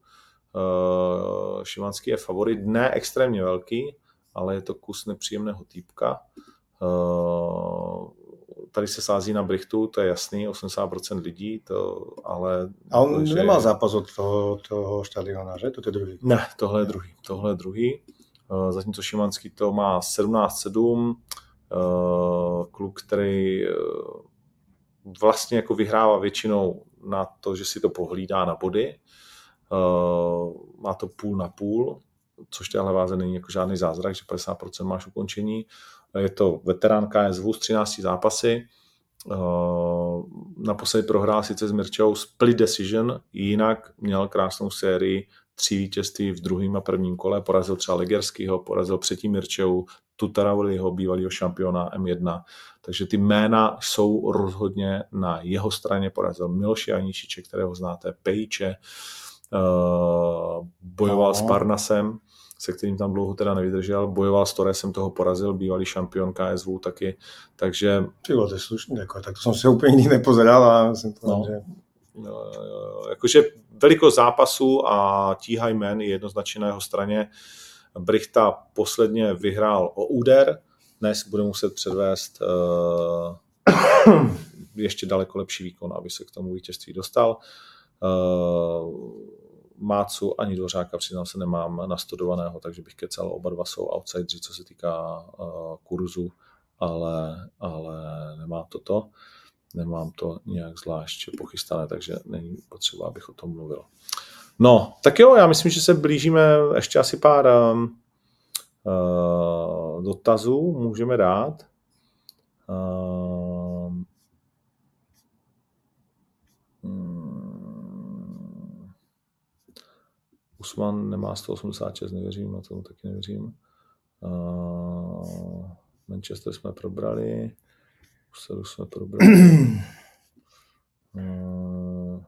Uh, Šimanský je favorit, ne extrémně velký, ale je to kus nepříjemného týpka. Uh, tady se sází na Brichtu, to je jasný, osmdesát procent lidí, to, ale... A on že... nemá zápas od toho, toho štadiona, že? To je druhý. Ne, tohle je druhý. Tohle je druhý. Uh, zatímco Šimanský to má sedmnáct sedm, uh, kluk, který uh, vlastně jako vyhrává většinou na to, že si to pohlídá na body. Má to půl na půl, což téhle váze není jako žádný zázrak, že padesát procent máš ukončení. Je to veterán K S V z třinácti zápasy. Naposledy prohrál sice s Mirčou split decision, jinak měl krásnou sérii tří vítězství v druhém a prvním kole, porazil třeba Legerskýho, porazil předtím Mirčevu, Tutaravoliho, bývalého šampiona M jedna, takže ty jména jsou rozhodně na jeho straně, porazil Miloše Aničiče, kterého znáte, Pejče, bojoval no. s Parnasem, se kterým tam dlouho teda nevydržel, bojoval s Torresem, toho porazil, bývalý šampion K S V taky, takže... Tyvo, to je slušný, jako, tak to jsem si úplně nikdy nepozeral, ale myslím to, no. že... No, jakože velikost zápasu a tíha jmén je jednoznačně na jeho straně. Brichta posledně vyhrál o úder, dnes bude muset předvést uh, ještě daleko lepší výkon, aby se k tomu vítězství dostal. Uh, Mácu ani Dvořáka, přiznám se, nemám nastudovaného, takže bych kecal, oba dva jsou outsideri, co se týká uh, kurzu, ale, ale nemám toto. Nemám to nějak zvlášť pochystané, takže není potřeba, abych o tom mluvil. No, tak jo, já myslím, že se blížíme ještě asi pár um, uh, dotazů, můžeme dát. Um, um, Usman nemá sto osmdesát šest, nevěřím, na tomu taky nevěřím. Uh, Manchester jsme probrali. Už jsme probrali. uh,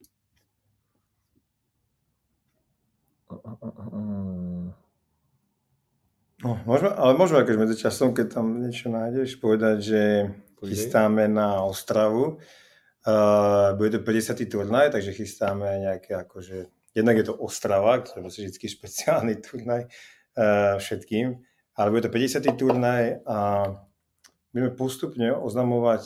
No, môžeme, ale môžeme akože medzi časom, keď tam niečo nájdeš, povedať, že chystáme na Ostravu. Uh, bude to päťdesiaty turnaj, takže chystáme nejaké akože, jednak je to Ostrava, ktorý je vždy špeciálny turnaj uh, všetkým, ale bude to päťdesiaty turnaj a budeme postupne oznamovať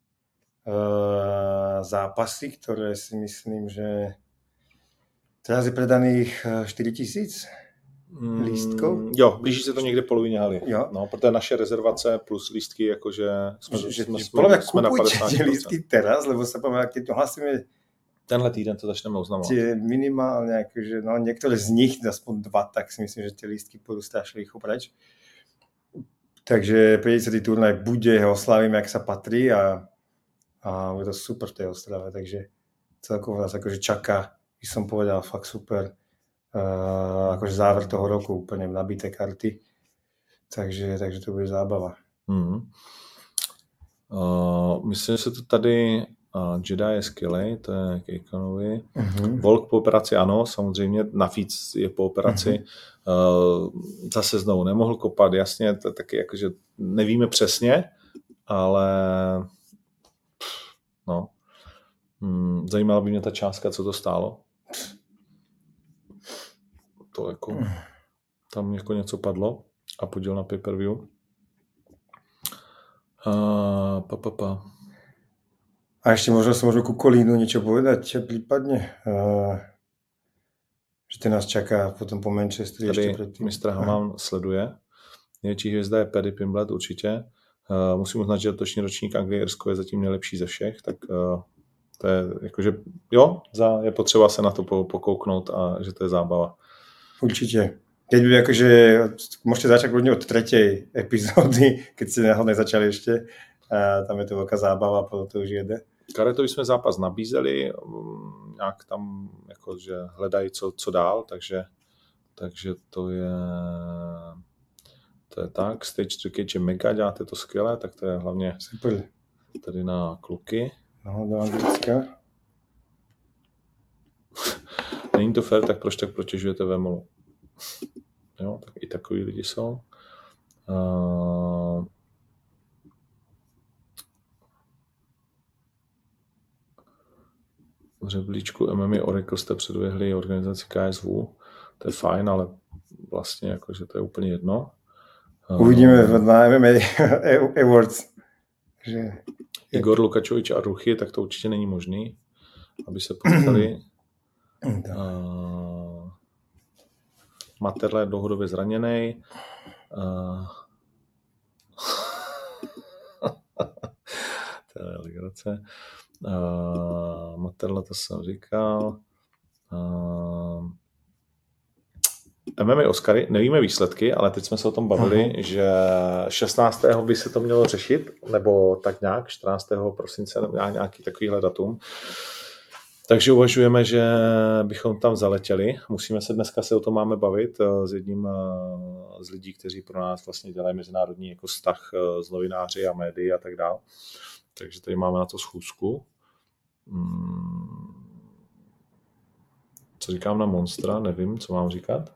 uh, zápasy, ktoré si myslím, že teraz je predaných štyritisíc lístkov. Mm, jo, blíží se to někde polovině haly. Jo. No, protože naše rezervace plus lístky, jakože jsme, že, jsme, že, jsme, jsme na padesát procent. Lístky teraz, lebo sa poviem, keď to hlasíme tenhle týden to začneme oznamovat. Minimálně, jakože, no, některé z nich, aspoň dva, tak si myslím, že ty lístky půjdu strašně rýchlo preč. Takže päťdesiaty turnaj bude, ho oslavíme, jak sa patrí a, a bude to super v tej Ostrave, takže celkovo nás akože čaká, by som povedal, fakt super. Uh, akože záver toho roku, úplne nabité karty. Takže, takže to bude zábava. Mm. Uh, myslím, že se to tady uh, Jedi je skvělej, to je Kejkonovi. Uh-huh. Volk po operaci ano, samozřejmě, navíc je po operaci. Uh-huh. Uh, zase znovu nemohl kopat, jasně, to taky jakože nevíme přesně, ale no. Hmm, zajímala by mě ta částka, co to stálo. To jako, tam jako něco padlo a podíl na pay-per-view. Uh, pa, pa, pa. A ešte možno sa môžeme ku Kolínu niečo povedať, prípadne, uh, že ten nás čaká potom po Manchesteri ještě předtím. mistr Haman sleduje. Největší hvězda je Paddy Pimblett určitě. Uh, musím uznat, že letošní ročník Anglie Irsko je zatím nejlepší ze všech, tak uh, to je jakože, jo, za, je potřeba se na to pokouknout a že to je zábava. Určite. Keď by akože, môžete začať kľudne od tretej epizódy, keď ste náhodne začali ešte. A tam je to veľká zábava, potom to už jede. Karetovi jsme zápas nabízeli, nějak tam jakože hledají, co, co dál, takže, takže to je to je tak. Stage tři Cage je mega, děláte to skvěle, tak to je hlavně super. Tady na kluky. No, do Anglicka. Není to fér, tak proč tak protěžujete Vemolu? Jo, tak i takový lidi jsou. Uh... V žebříčku M M A Oracle jste předběhli organizaci K S V. To je fajn, ale vlastně jakože to je úplně jedno. Uvidíme uh... na M M A Awards. Že... Igor Lukačovič a Ruchy, tak to určitě není možný, aby se potkali. Uh, Materle je dlouhodobě zraněný. Uh, to je legrace. Uh, Materla, to jsem říkal. Uh, M M A Oscary, nevíme výsledky, ale teď jsme se o tom bavili, uh-huh. že šestnáctého by se to mělo řešit, nebo tak nějak, čtrnáctého prosince, nebo nějaký takovýhle datum. Takže uvažujeme, že bychom tam zaletěli. Musíme se dneska se o tom máme bavit s jedním z lidí, kteří pro nás vlastně dělají mezinárodní jako vztah s novináři a médií a tak dále. Takže tady máme na to schůzku. Co říkám na Monstra? Nevím, co mám říkat.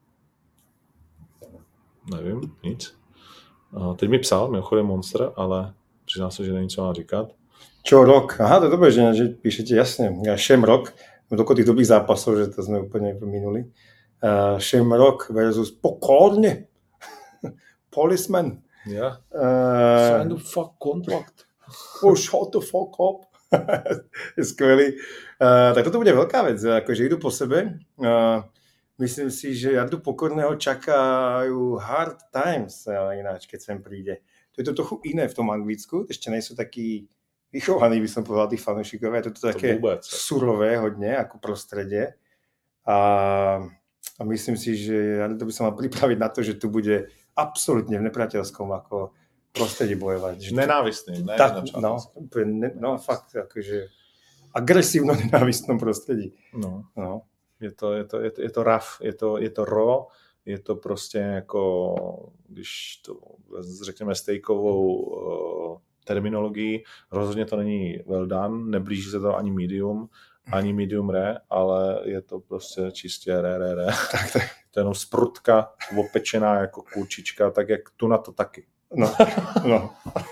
Nevím, nic. Teď mi psal, mimochodem Monster, ale přiznám se, že nevím, co mám říkat. Čo rok? Aha, to je dobré, že, že píšete jasne. Shamrock, dokud tých dobrých zápasov, že to sme úplne minuli. Uh, Shamrock versus Pokorne. Policeman. Ja. Uh, Sign the fuck contract. Oh, shut the fuck up. Je skvelý. Uh, tak toto bude veľká vec, akože idú po sebe. Uh, myslím si, že Jardu Pokorného čakajú hard times, ale ináč, keď sem príde. To je to trochu iné v tom Anglicku, ešte nejsou takí vychovaní, by som povedal, tí fanúšikovia. Je to také to surové hodne, ako prostredie. A, a myslím si, že ja to by som mal pripraviť na to, že tu bude absolútne v nepriateľskom ako prostredí bojovať. Nenávistným, ne? Tak, no, ne, no fakt, akože agresívno nenávistnom prostredí. No. No. Je to, je to, je to, je to rough, je to, je to raw, je to prostě jako, když to řekněme stejkovou uh, terminologii, rozhodně to není well done, neblíží se to ani medium, ani medium rare, ale je to prostě čistě rare, rare, rare. Tak, tak. To je jenom sprutka opečená jako kurčička, tak jak tu na to taky. No, no.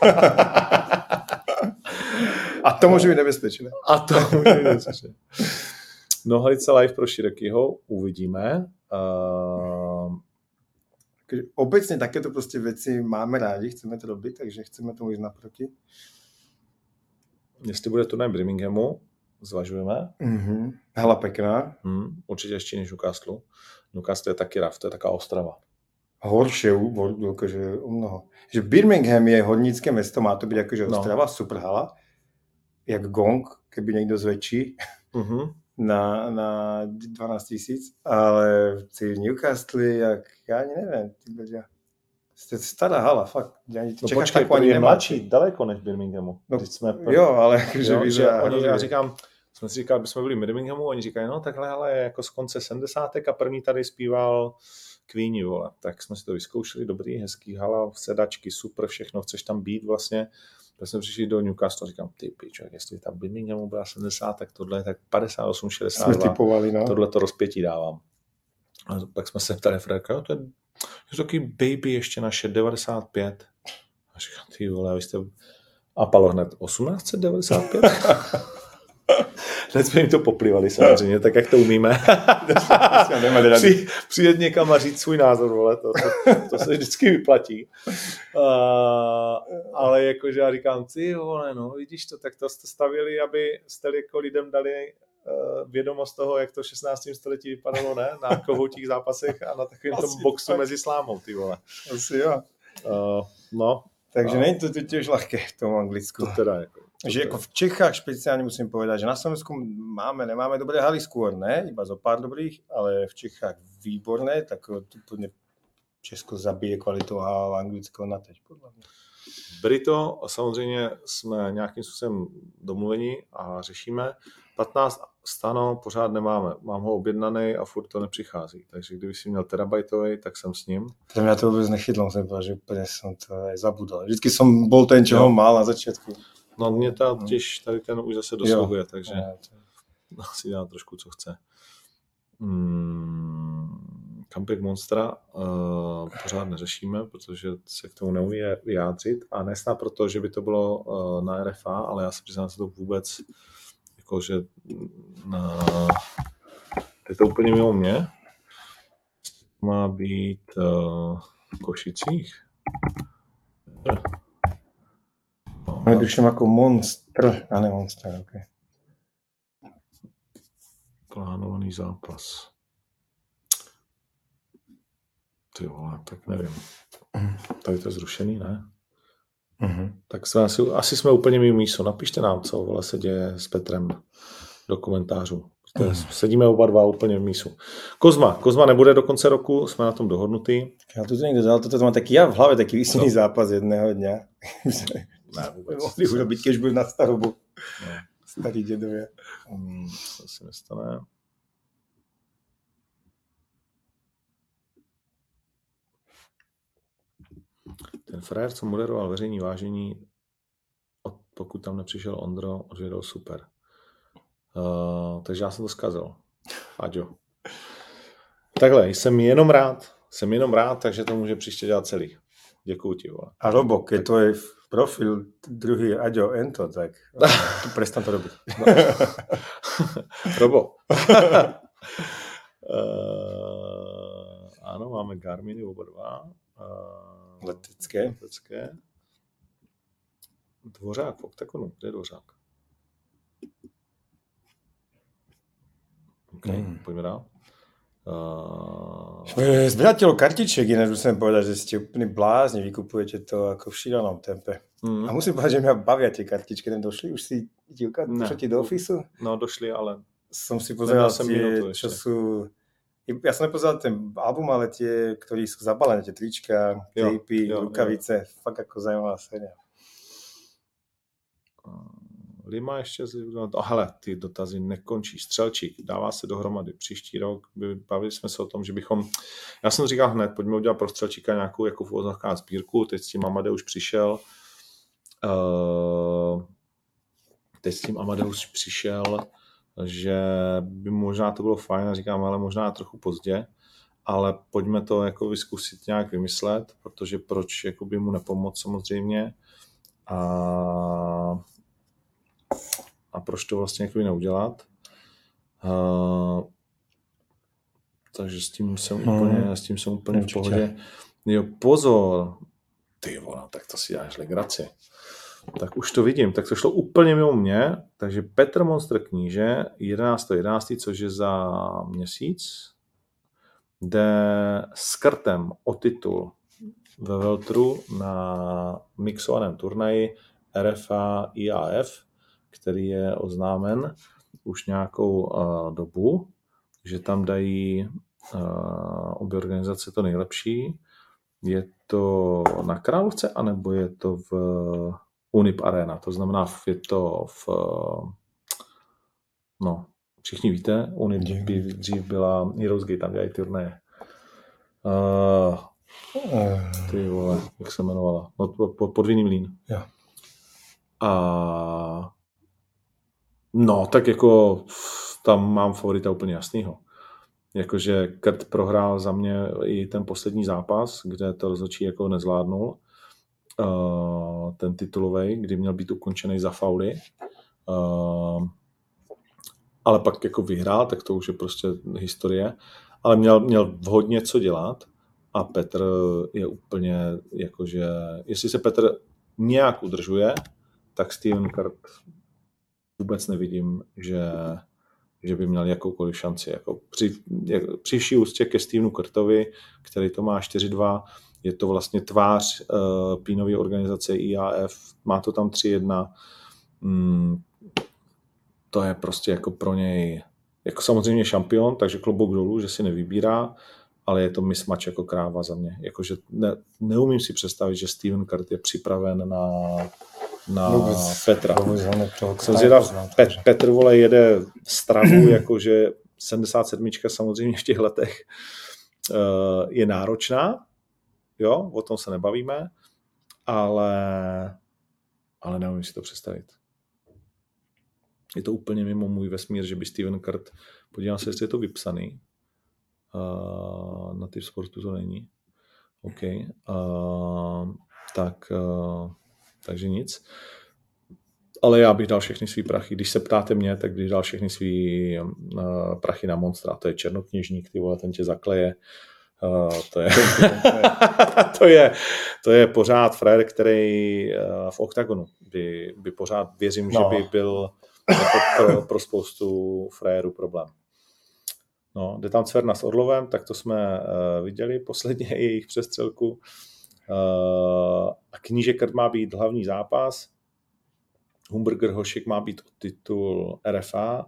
A to může být nebezpečné. A to může být nebezpečné. Nohalice live pro Širekyho, uvidíme. Uh... Obecně takéto prostě věci máme rádi, chceme to robiť, takže chceme tomu jít naproti. Jestli bude turnaj Birminghamu, zvažujeme. Mm-hmm. Hala pekná. Mm, určitě ještě než Newcastle. Newcastle je taky raf, to je taká Ostrava. Horšie, akože o mnoho. Že Birmingham je hornícke mesto, má to byť akože Ostrava, no. Super hala. Jak gong, keby niekto zväčší. Mm-hmm. na, na dvanásť tisíc, ale v Newcastle, jak, já ani nevím, ty ľudia. Jste stará hala, fakt. No počkej, první je mladší, daleko než Birminghamu. No, jsme jo, ale že vyzerá. Oni, já říkám, jsme si říkali, bychom byli v Birminghamu, oni říkají, no takhle ale je jako z konce sedmdesátek a první tady zpíval Queenie, vole. Tak jsme si to vyzkoušeli, dobrý, hezký hala, sedačky, super, všechno, chceš tam být vlastně. Tak jsme přišli do Newcastle a říkám, ty pičo, jestli tam Birminghamu byla sedmdesát, tak tohle je tak padesát osm šedesát dva. Jsme typovali, no. Tohle to rozpětí dávám. A pak jsme se ptali Fredka, to je, je to takový baby ještě naše devadesát pět. A říkám, ty vole, vy jste... A Palo hned osmnáct set devadesát pět? Hned jsme jim to poplivali samozřejmě, tak jak to umíme. Při, přijet někam a říct svůj názor, vole, to, to, to se vždycky vyplatí. Uh, ale jakože já říkám, ty vole, no, vidíš to, tak to jste stavili, aby jste jako lidem dali uh, vědomost toho, jak to v šestnáctém století vypadalo, ne? Na kohoutích zápasech a na takovém tom boxu tak. Mezi slámou, ty vole. Asi jo. Uh, no. Takže uh, není to tiež ľahké v tom Anglicku. To teda jako. Že jako v Čechách špeciálne musím povedať, že na Slovensku máme, nemáme dobré haly skôr, ne? Iba zo pár dobrých, ale v Čechách výborné, tak úplne Česko zabije kvalitou hal Anglicko na teď, podľa mňa. Brito, samozřejmě jsme nějakým způsobem domluveni a řešíme. patnáct stano pořád nemáme. Mám ho objednaný a furt to nepřichází. Takže kdyby si měl terabajtový, tak jsem s ním. To mě to vůbec nechytlo, musím povedať, že úplně jsem to aj zabudol. Vždycky jsem bol ten, čo ho mal na začátku. No mě ta těž tady ten už zase dosluhuje, jo. Takže no, si dá trošku, co chce. Hmm, Comeback Monstra uh, pořád neřešíme, protože se k tomu neumí vyjádřit a nesná proto, že by to bylo uh, na R F A, ale já se přiznám, že to vůbec jakože uh, je to úplně mimo mě. Má být uh, v Košicích. No, duším jako monstr, a ne monstr, ok. Plánovaný zápas. Ty vole, tak nevím. Tady to je zrušený, ne? Uh-huh. Tak jsme asi, asi jsme úplně mimo mísu. Napište nám, co vole se děje s Petrem do komentářů. Uh-huh. Sedíme oba dva úplně v mísu. Kozma. Kozma nebude do konce roku, jsme na tom dohodnutí. Já tu to někdo dal, toto mám taky já v hlavě, taký vysněný no. zápas jedného dňa. Ne, vůbec. Mohli urobit, keď byl na starobu. No. Starý dědově. Hmm, to se nestane. Ten frér, co moderoval veřejný vážení, pokud tam nepřišel Ondro, odvědal super. Uh, takže já jsem to zkazil. Aďo. Takhle, jsem jenom rád. Jsem jenom rád, takže to může příště dělat celý. Děkuju ti, vole. A Robo, keď tak... to je profil druhý Aďo Ento, tak tu prestan to robiť. No. Robo. uh, ano, máme Garminy oba dva. Uh, letecké. letecké. Dvořák v Octagonu. Kde je Dvořák? OK, mm. pojďme dál. Uh... Zberateľov kartiček, ináč musím povedať, že ste úplný blázni, vykupujete to ako v šílenom tempe. Mm. A musím povedať, že mňa bavia tie kartičky, tam došli, už si dílka, došli ti do ofisu? No, došli, ale... Som si pozeral tie, čo sú... Ja som nepozeral ten album, ale tie, ktorí sú zabalené, tie trička, tejpy, rukavice, jo. Fakt ako zaujímavá séria. Lima ještě, no hele, ty dotazy nekončí. Střelčík dává se dohromady příští rok. Bavili jsme se o tom, že bychom, já jsem říkal hned, pojďme udělat pro Střelčíka nějakou jako v uvozovkách sbírku, teď s tím Amadeus přišel, uh, teď s tím Amadeus přišel, že by možná to bylo fajn, a říkám, ale možná trochu pozdě, ale pojďme to jako vyzkusit nějak vymyslet, protože proč jako by mu nepomoct samozřejmě. A a proč to vlastně jakoby neudělat. Uh, takže s tím jsem hmm. úplně, s tím jsem úplně v pohodě. Jo, pozor. Ty vole, tak to si dáš legraci. Tak už to vidím. Tak to šlo úplně mimo mě. Takže Petr Monster Kníže, jedenáctého jedenáctého což je za měsíc, jde s kartem o titul ve Veltru na mixovaném turnaji R F A I A F, který je oznámen už nějakou uh, dobu, že tam dají uh, obě organizace to nejlepší. Je to na Královce, anebo je to v Unip Arena, to znamená, je to v... No, všichni víte, Unip by dřív byla Heroes Gate, tam dělají turnaje. Uh, ty vole, jak se jmenovala? No, Podvinný mlýn. Jo. A no, tak jako tam mám favorita úplně jasnýho. Jakože Kurt prohrál za mě i ten poslední zápas, kde to rozhodčí jako nezvládnul. Uh, ten titulovej, kdy měl být ukončený za fauly. Uh, ale pak jako vyhrál, tak to už je prostě historie. Ale měl, měl hodně co dělat a Petr je úplně jakože, jestli se Petr nějak udržuje, tak Steven Kurt vůbec nevidím, že, že by měl jakoukoliv šanci. Jako při, jak, při vší úctě ke Stevenu Kurtovi, který to má čtyři dva, je to vlastně tvář uh, pínové organizace I A F, má to tam tři jedna. Mm, to je prostě jako pro něj, jako samozřejmě šampion, takže klobouk dolů, že si nevybírá, ale je to mismatch jako kráva za mě. Jakože ne, neumím si představit, že Steven Kurt je připraven na na vůbec, Petra. Jsem zvědav, Pet, Petr vole jede stravu, jakože sedmdesát sedm samozřejmě v těch letech uh, je náročná, jo, o tom se nebavíme, ale, ale neumím si to představit. Je to úplně mimo můj vesmír, že by Steven Kurt, podívám se, jestli je to vypsaný, uh, na typ sportu to není. OK. Uh, tak uh, takže nic. Ale já bych dal všechny svý prachy. Když se ptáte mě, tak bych dal všechny svý uh, prachy na Monstra. To je černokněžník, ty vole, ten tě zakleje. Uh, to, je, to, je, to je pořád frér, který uh, v Octagonu by, by pořád, věřím, no. že by byl jako pro, pro spoustu frérů problém. No, jde tam Cverna s Orlovem, tak to jsme uh, viděli posledně jejich přestřelku. Uh, a Knížekrt má být hlavní zápas. Humberger Hošek má být o titul R F A.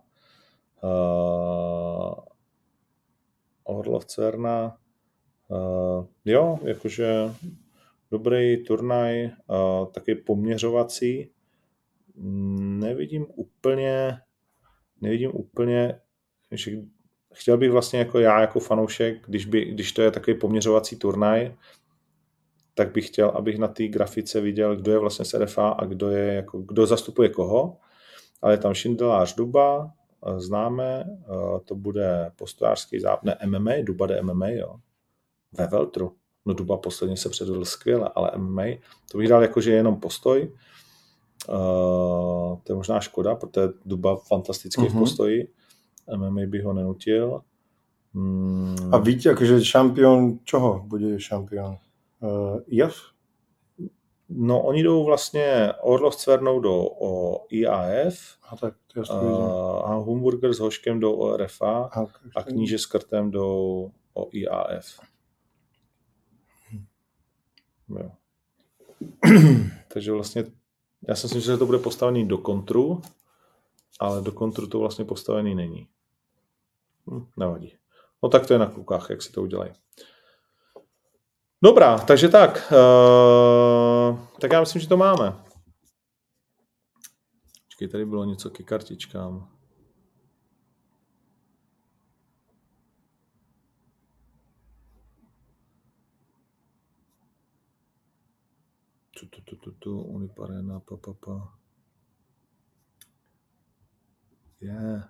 Uh, Orlov Cverna. Uh, jo, jakože dobrý turnaj, uh, taky poměřovací. Nevidím úplně, nevidím úplně, že chtěl bych vlastně jako já, jako fanoušek, když, by, když to je takový poměřovací turnaj, tak bych chtěl, abych na té grafice viděl, kdo je vlastně z R F A a kdo, je jako, kdo zastupuje koho. Ale je tam Šindelář Duba, známe, to bude postojářský zápas, ne M M A, Duba jde M M A, jo. Ve weltru. No Duba posledně se předvedl skvěle, ale M M A, to bych dal jako, že je jenom postoj. Uh, to je možná škoda, protože Duba fantastický uh-huh. v postoji. M M A bych ho nenutil. Hmm. A víte, jakože šampion čoho bude šampion? Uh, I F? No, oni jdou vlastně, Orlov s Cvernou jdou o I A F a, tak, uh, a Humburger s Hoškem jdou o R F A a, a Kníže s Krtem jdou o I A F. Jo. Takže vlastně já si myslím, že to bude postavený do kontru, ale do kontru to vlastně postavený není. Hm, nevadí. No tak to je na klukách, jak si to udělají. Dobrá, takže tak. Uh, tak já myslím, že to máme. Počkej, tady bylo něco ke kartičkám. Tu, tu, tu, tu, tu, Uniparena, pa, pa, pa. Je. Yeah.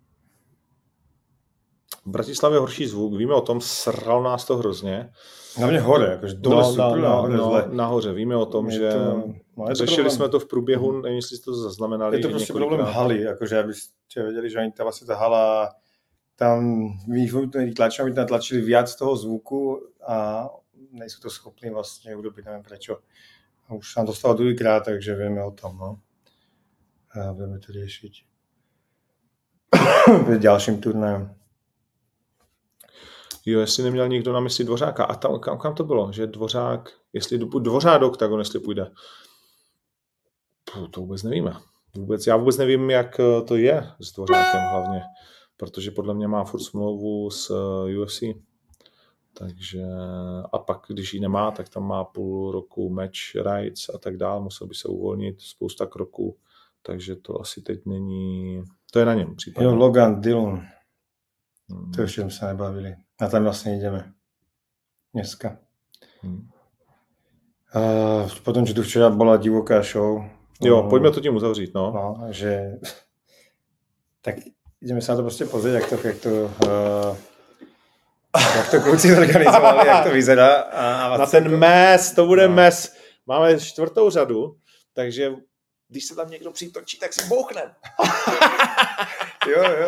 V Bratislavě horší zvuk, víme o tom, sral nás to hrozně. Na mě hore, jakože dole no, super, no, nahoře no, zle. Nahoře, víme o tom, je že to, no, řešili problém. jsme to v průběhu, hmm. nevím, jestli jste to zaznamenali. Je to prostě problém haly, jakože abyste věděli, že ani ta vlastně ta hala, tam vývojní tlačí, aby tam tlačili viac toho zvuku a nejsou to schopni vlastně urobit, nevím prečo. A už nám to stalo druhýkrát, takže víme o tom, no. A budeme to řešit. V dalším turnajem. Jo, jestli neměl někdo na mysli Dvořáka. A tam, kam, kam to bylo? Že Dvořák, jestli Dvořák do OKTAGONu, jestli půjde. Puh, to vůbec nevíme. Vůbec, já vůbec nevím, jak to je s Dvořákem hlavně, protože podle mě má furt smlouvu s U F C. Takže a pak, když ji nemá, tak tam má půl roku match rights a tak dál, musel by se uvolnit, spousta kroků, takže to asi teď není, to je na něm případně. Jo, Logan Dillon, hmm. to ještě jsme se nebavili, a tam vlastně jdeme dneska. Hmm. Uh, potom, že tu včera byla divoká show. Jo, um, pojďme to tím uzavřít, no. No, že tak jdeme se na to prostě pozrieť, jak to, jak to uh, jak to kluci zorganizovali, jak to vyzerá. A, a na ten mes, to bude no. mes. Máme čtvrtou řadu, takže když se tam někdo přitočí, tak si bouchne. jo, jo.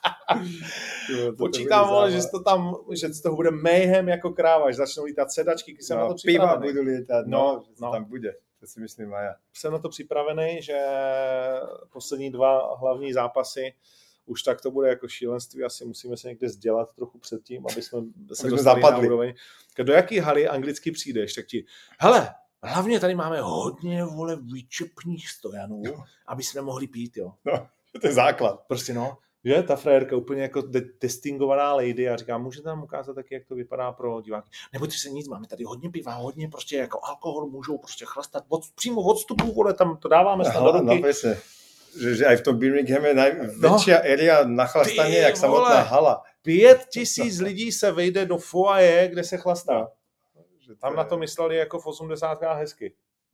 jo Počítám, vole, že to tam, že to bude mayhem jako kráva, že začnou lítat sedačky, když jsem no, na to připravený. Piva budu lítat, no, no, že to no. tam bude. To si myslím, Maja. Jsem na to připravený, že poslední dva hlavní zápasy už tak to bude jako šílenství, asi musíme se někde sdělat trochu předtím, aby jsme se aby dostali zapadli. Na úroveň. Do jaký haly anglicky přijdeš, tak ti, hele, hlavně tady máme hodně, vole, výčepních stojanů, aby jsme mohli pít, jo. No, to je základ. Prostě no, že ta frajerka úplně jako de- testingovaná lady a říká, můžete nám ukázat taky, jak to vypadá pro diváky. Nebojte se nic, máme tady hodně piva, hodně prostě jako alkohol, můžou prostě chlastat od, přímo od vstupu, vole, tam to dáváme snad do ruky. No, presne. Že, že aj v tom Birminghame je najväčšia no, area na chlastanie, jak samotná hala. Pět tisíc lidí se vejde do foaje, kde se chlastá. Že tam je... na to mysleli jako v osmdesátkách hezky.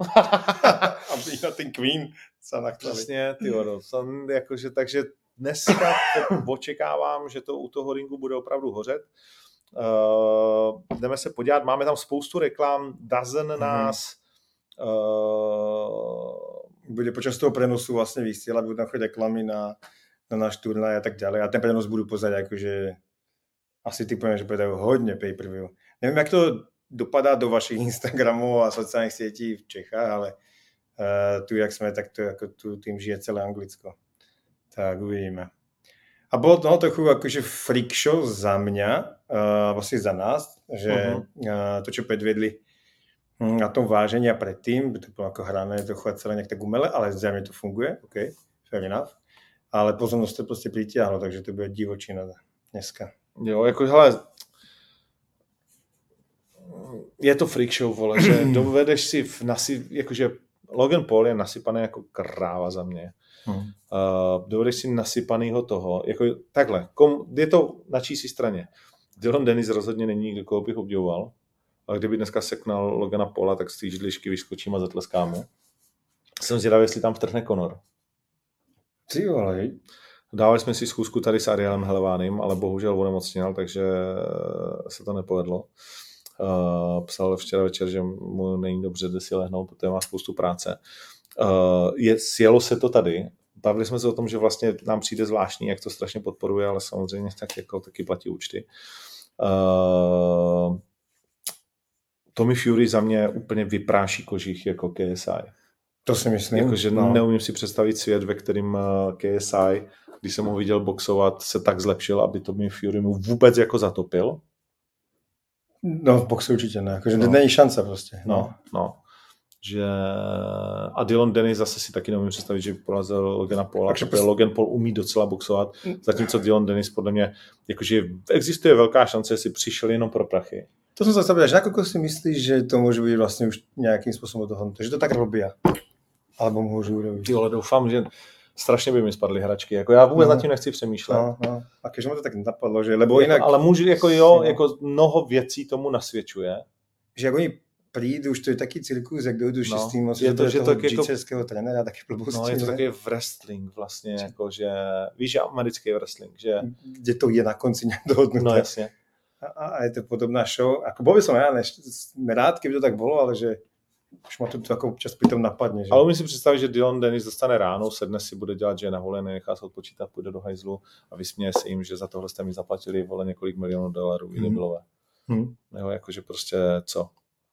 Aby na ten Queen sa nachtali. Přesně, ty ono. Jakože, takže dneska očekávám, že to u toho ringu bude opravdu hořet. Uh, jdeme se podívat, máme tam spoustu reklam, Dazen mm-hmm. nás... Uh, bude počas toho prenosu vlastně vysílat, budú tam chodiť reklamy na, na náš turnaj a tak ďalej. A ten prenos budú pozerať akože asi typujem, že bude hodne pay-per-view. Neviem, jak to dopadá do vašich Instagramov a sociálnych sietí v Čechách, ale uh, tu, jak sme, tak to ako tu tým žije celé Anglicko. Tak uvidíme. A bolo to no, trochu akože freak show za mňa, uh, vlastne za nás, že uh-huh. uh, to, čo predvedli na tom vážení a predtým, by to bylo jako hrané, to chovat celé nějak tak umele, ale zřejmě to funguje, OK, fair enough. Ale pozornost to prostě přitáhlo, takže to bude divočina dneska. Jo, jako hele, je to freak show, vole, že dovedeš si v nasi, jakože Logan Paul je nasypaný jako kráva za mě. Hmm. Uh, dovedeš si nasypanýho toho, jako takhle, kom, je to na čí si straně. Dylan Dennis rozhodně není nikdo, koho bych obdivoval, ale kdyby dneska seknal Logana Paula, tak z té židličky vyskočím a zatleskám mu. Jsem zvědavý, jestli tam vtrhne Conor. Ty vole. Dávali jsme si schůzku tady s Arielem Helvánem, ale bohužel onemocněl, takže se to nepovedlo. Uh, psal včera večer, že mu není dobře, jde si lehnout, protože má spoustu práce. Uh, je, sjelo se to tady. Bavili jsme se o tom, že vlastně nám přijde zvláštní, jak to strašně podporuje, ale samozřejmě tak jako taky platí účty. Uh, Tommy Fury za mě úplně vypráší kožich jako K S I. To si myslím. Jakože no. Neumím si představit svět, ve kterým K S I, když jsem ho viděl boxovat, se tak zlepšil, aby Tommy Fury mu vůbec jako zatopil. No v boxu určitě ne, jakože no. Není šance prostě. No, no. no. Že... A Dylan Dennis zase si taky neumím představit, že by porazil Logana Paula, protože prostě... Logan Paul umí docela boxovat, zatímco Dylan Dennis podle mě, jakože existuje velká šance, jestli přišel jenom pro prachy. To jsem zase povedal, že nakoľko si myslíš, že to môže byť vlastne už nejakým spôsobom dohodnuté, že to tak robia, alebo môžu urobiť. Ty vole, doufám, že strašně by mi spadly hračky, jako já vůbec no. nad tím nechci přemýšlet. No, no. A když mi to tak napadlo, že lebo jinak... Ale může, jako jo, no. jako mnoho věcí tomu nasvědčuje. Že jak oni prídu, už to je taký cirkus, jak dojdu no. s tím, je to, že toho džicerského jako... trenéra, taky blbosti. No, je to taky wrestling vlastně, jako že, víš, že americký wrestling, že... Kde to je na konci nějak dohodnuté. No jasně. A, a je to podobná show. Ako bol by som ja nerád, keby to tak bolo, ale že už ma to tako občas pritom napadne. Že... Ale umím si představit, že Dylan Dennis dostane ráno, sedne si, bude dělat, že je na volené, nechá se odpočítat, půjde do hajzlu a vysměje se jim, že za tohle jste mi zaplatili vole několik milionů dolarů i debilové. Hmm. Jo, jakože prostě co?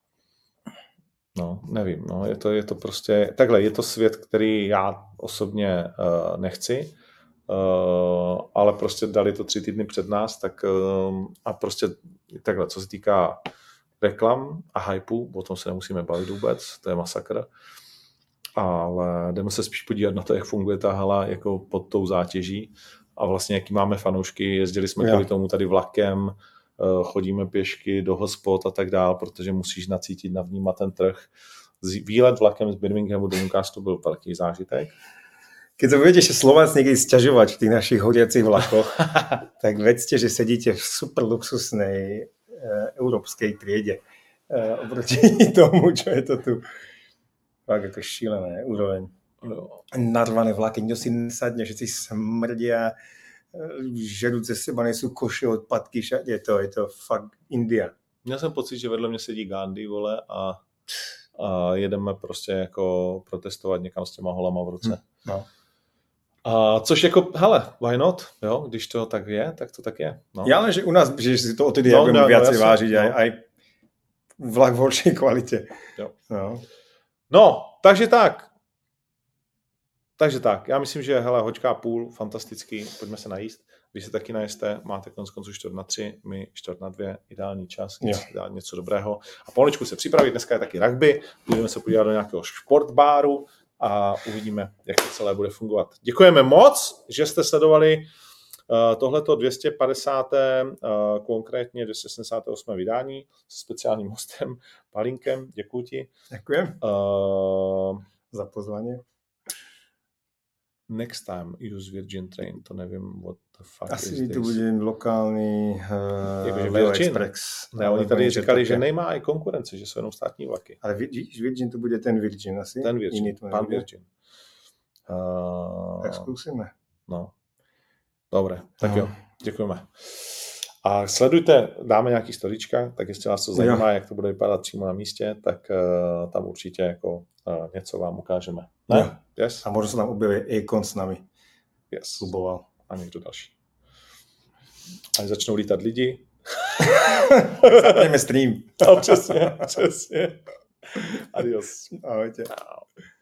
No, nevím, no, je to, je to prostě, takhle, je to svět, který já osobně uh, nechci, Uh, ale prostě dali to tři týdny před nás, tak uh, a prostě takhle, co se týká reklam a hypeu, o tom se nemusíme bavit vůbec, to je masakr, ale jdeme se spíš podívat na to, jak funguje ta hala jako pod tou zátěží a vlastně jaký máme fanoušky, jezdili jsme kvůli tomu tady vlakem, uh, chodíme pěšky do hospod a tak dál, protože musíš nacítit, navnímat ten trh. Výlet vlakem z Birminghamu do Newcastlu byl velký zážitek. Keď sa budete ešte Slováci niekedy sťažovať v tých našich hodiacich vlakoch, tak vedzte, že sedíte v super luxusnej e, európskej triede e, oproti tomu, čo je to tu. Tak ako šílené úroveň. Narvané vlaky, nikto si nesadne, všetci smrdia, žerú ze seba, nejsou koše, odpadky, všade je to, je to fakt India. Měl jsem pocit, že vedle mě sedí Gandhi, vole, a, a jedeme prostě jako protestovat někam s těma holama v ruce. No. A což jako, hele, why not, jo, když to tak je, tak to tak je. No. Ja len, že u nás, že si to odtedy no, budeme no, viacej no, vážiť, no. aj, aj vlak v horšej kvalite. Jo. No. no, takže tak. Takže tak, já myslím, že hele, hoďka a půl, fantastický, pojďme se najíst. Vy se taky najeste, máte konec konců čtvrt na tři, my čtvrt na dvě, ideální čas, dát něco dobrého. A pomaličku se připravit, dneska je taky rugby, budeme se podívat do nějakého športbáru, a uvidíme, jak to celé bude fungovat. Děkujeme moc, že jste sledovali uh, tohleto dvě stě padesáté Uh, konkrétně dvě stě sedmdesát osmé vydání se speciálním hostem Palinkem. Děkuji ti. Děkujem uh, za pozvání. Next time use Virgin Train, to nevím, what the fuck Asi is this. to bude lokální uh, Leo Express. Ne, oni tady říkali, že nemá i konkurence, že jsou jenom státní vlaky. Ale Virgin to bude ten Virgin asi? Ten Virgin, pan Virgin. Uh, tak zkusíme. No, dobré, tak no. Jo, děkujeme. A sledujte, dáme nějaký storička, tak jestli vás to zajímá, jo. Jak to bude vypadat přímo na místě, tak uh, tam určitě jako uh, něco vám ukážeme. Ne? Yes? A možná se tam objeví Akon s nami. Yes. Sluboval. A někdo další. Až začnou lítat lidi. Zapněme stream. No, přesně, přesně. Adios. Ahojte. Ahoj.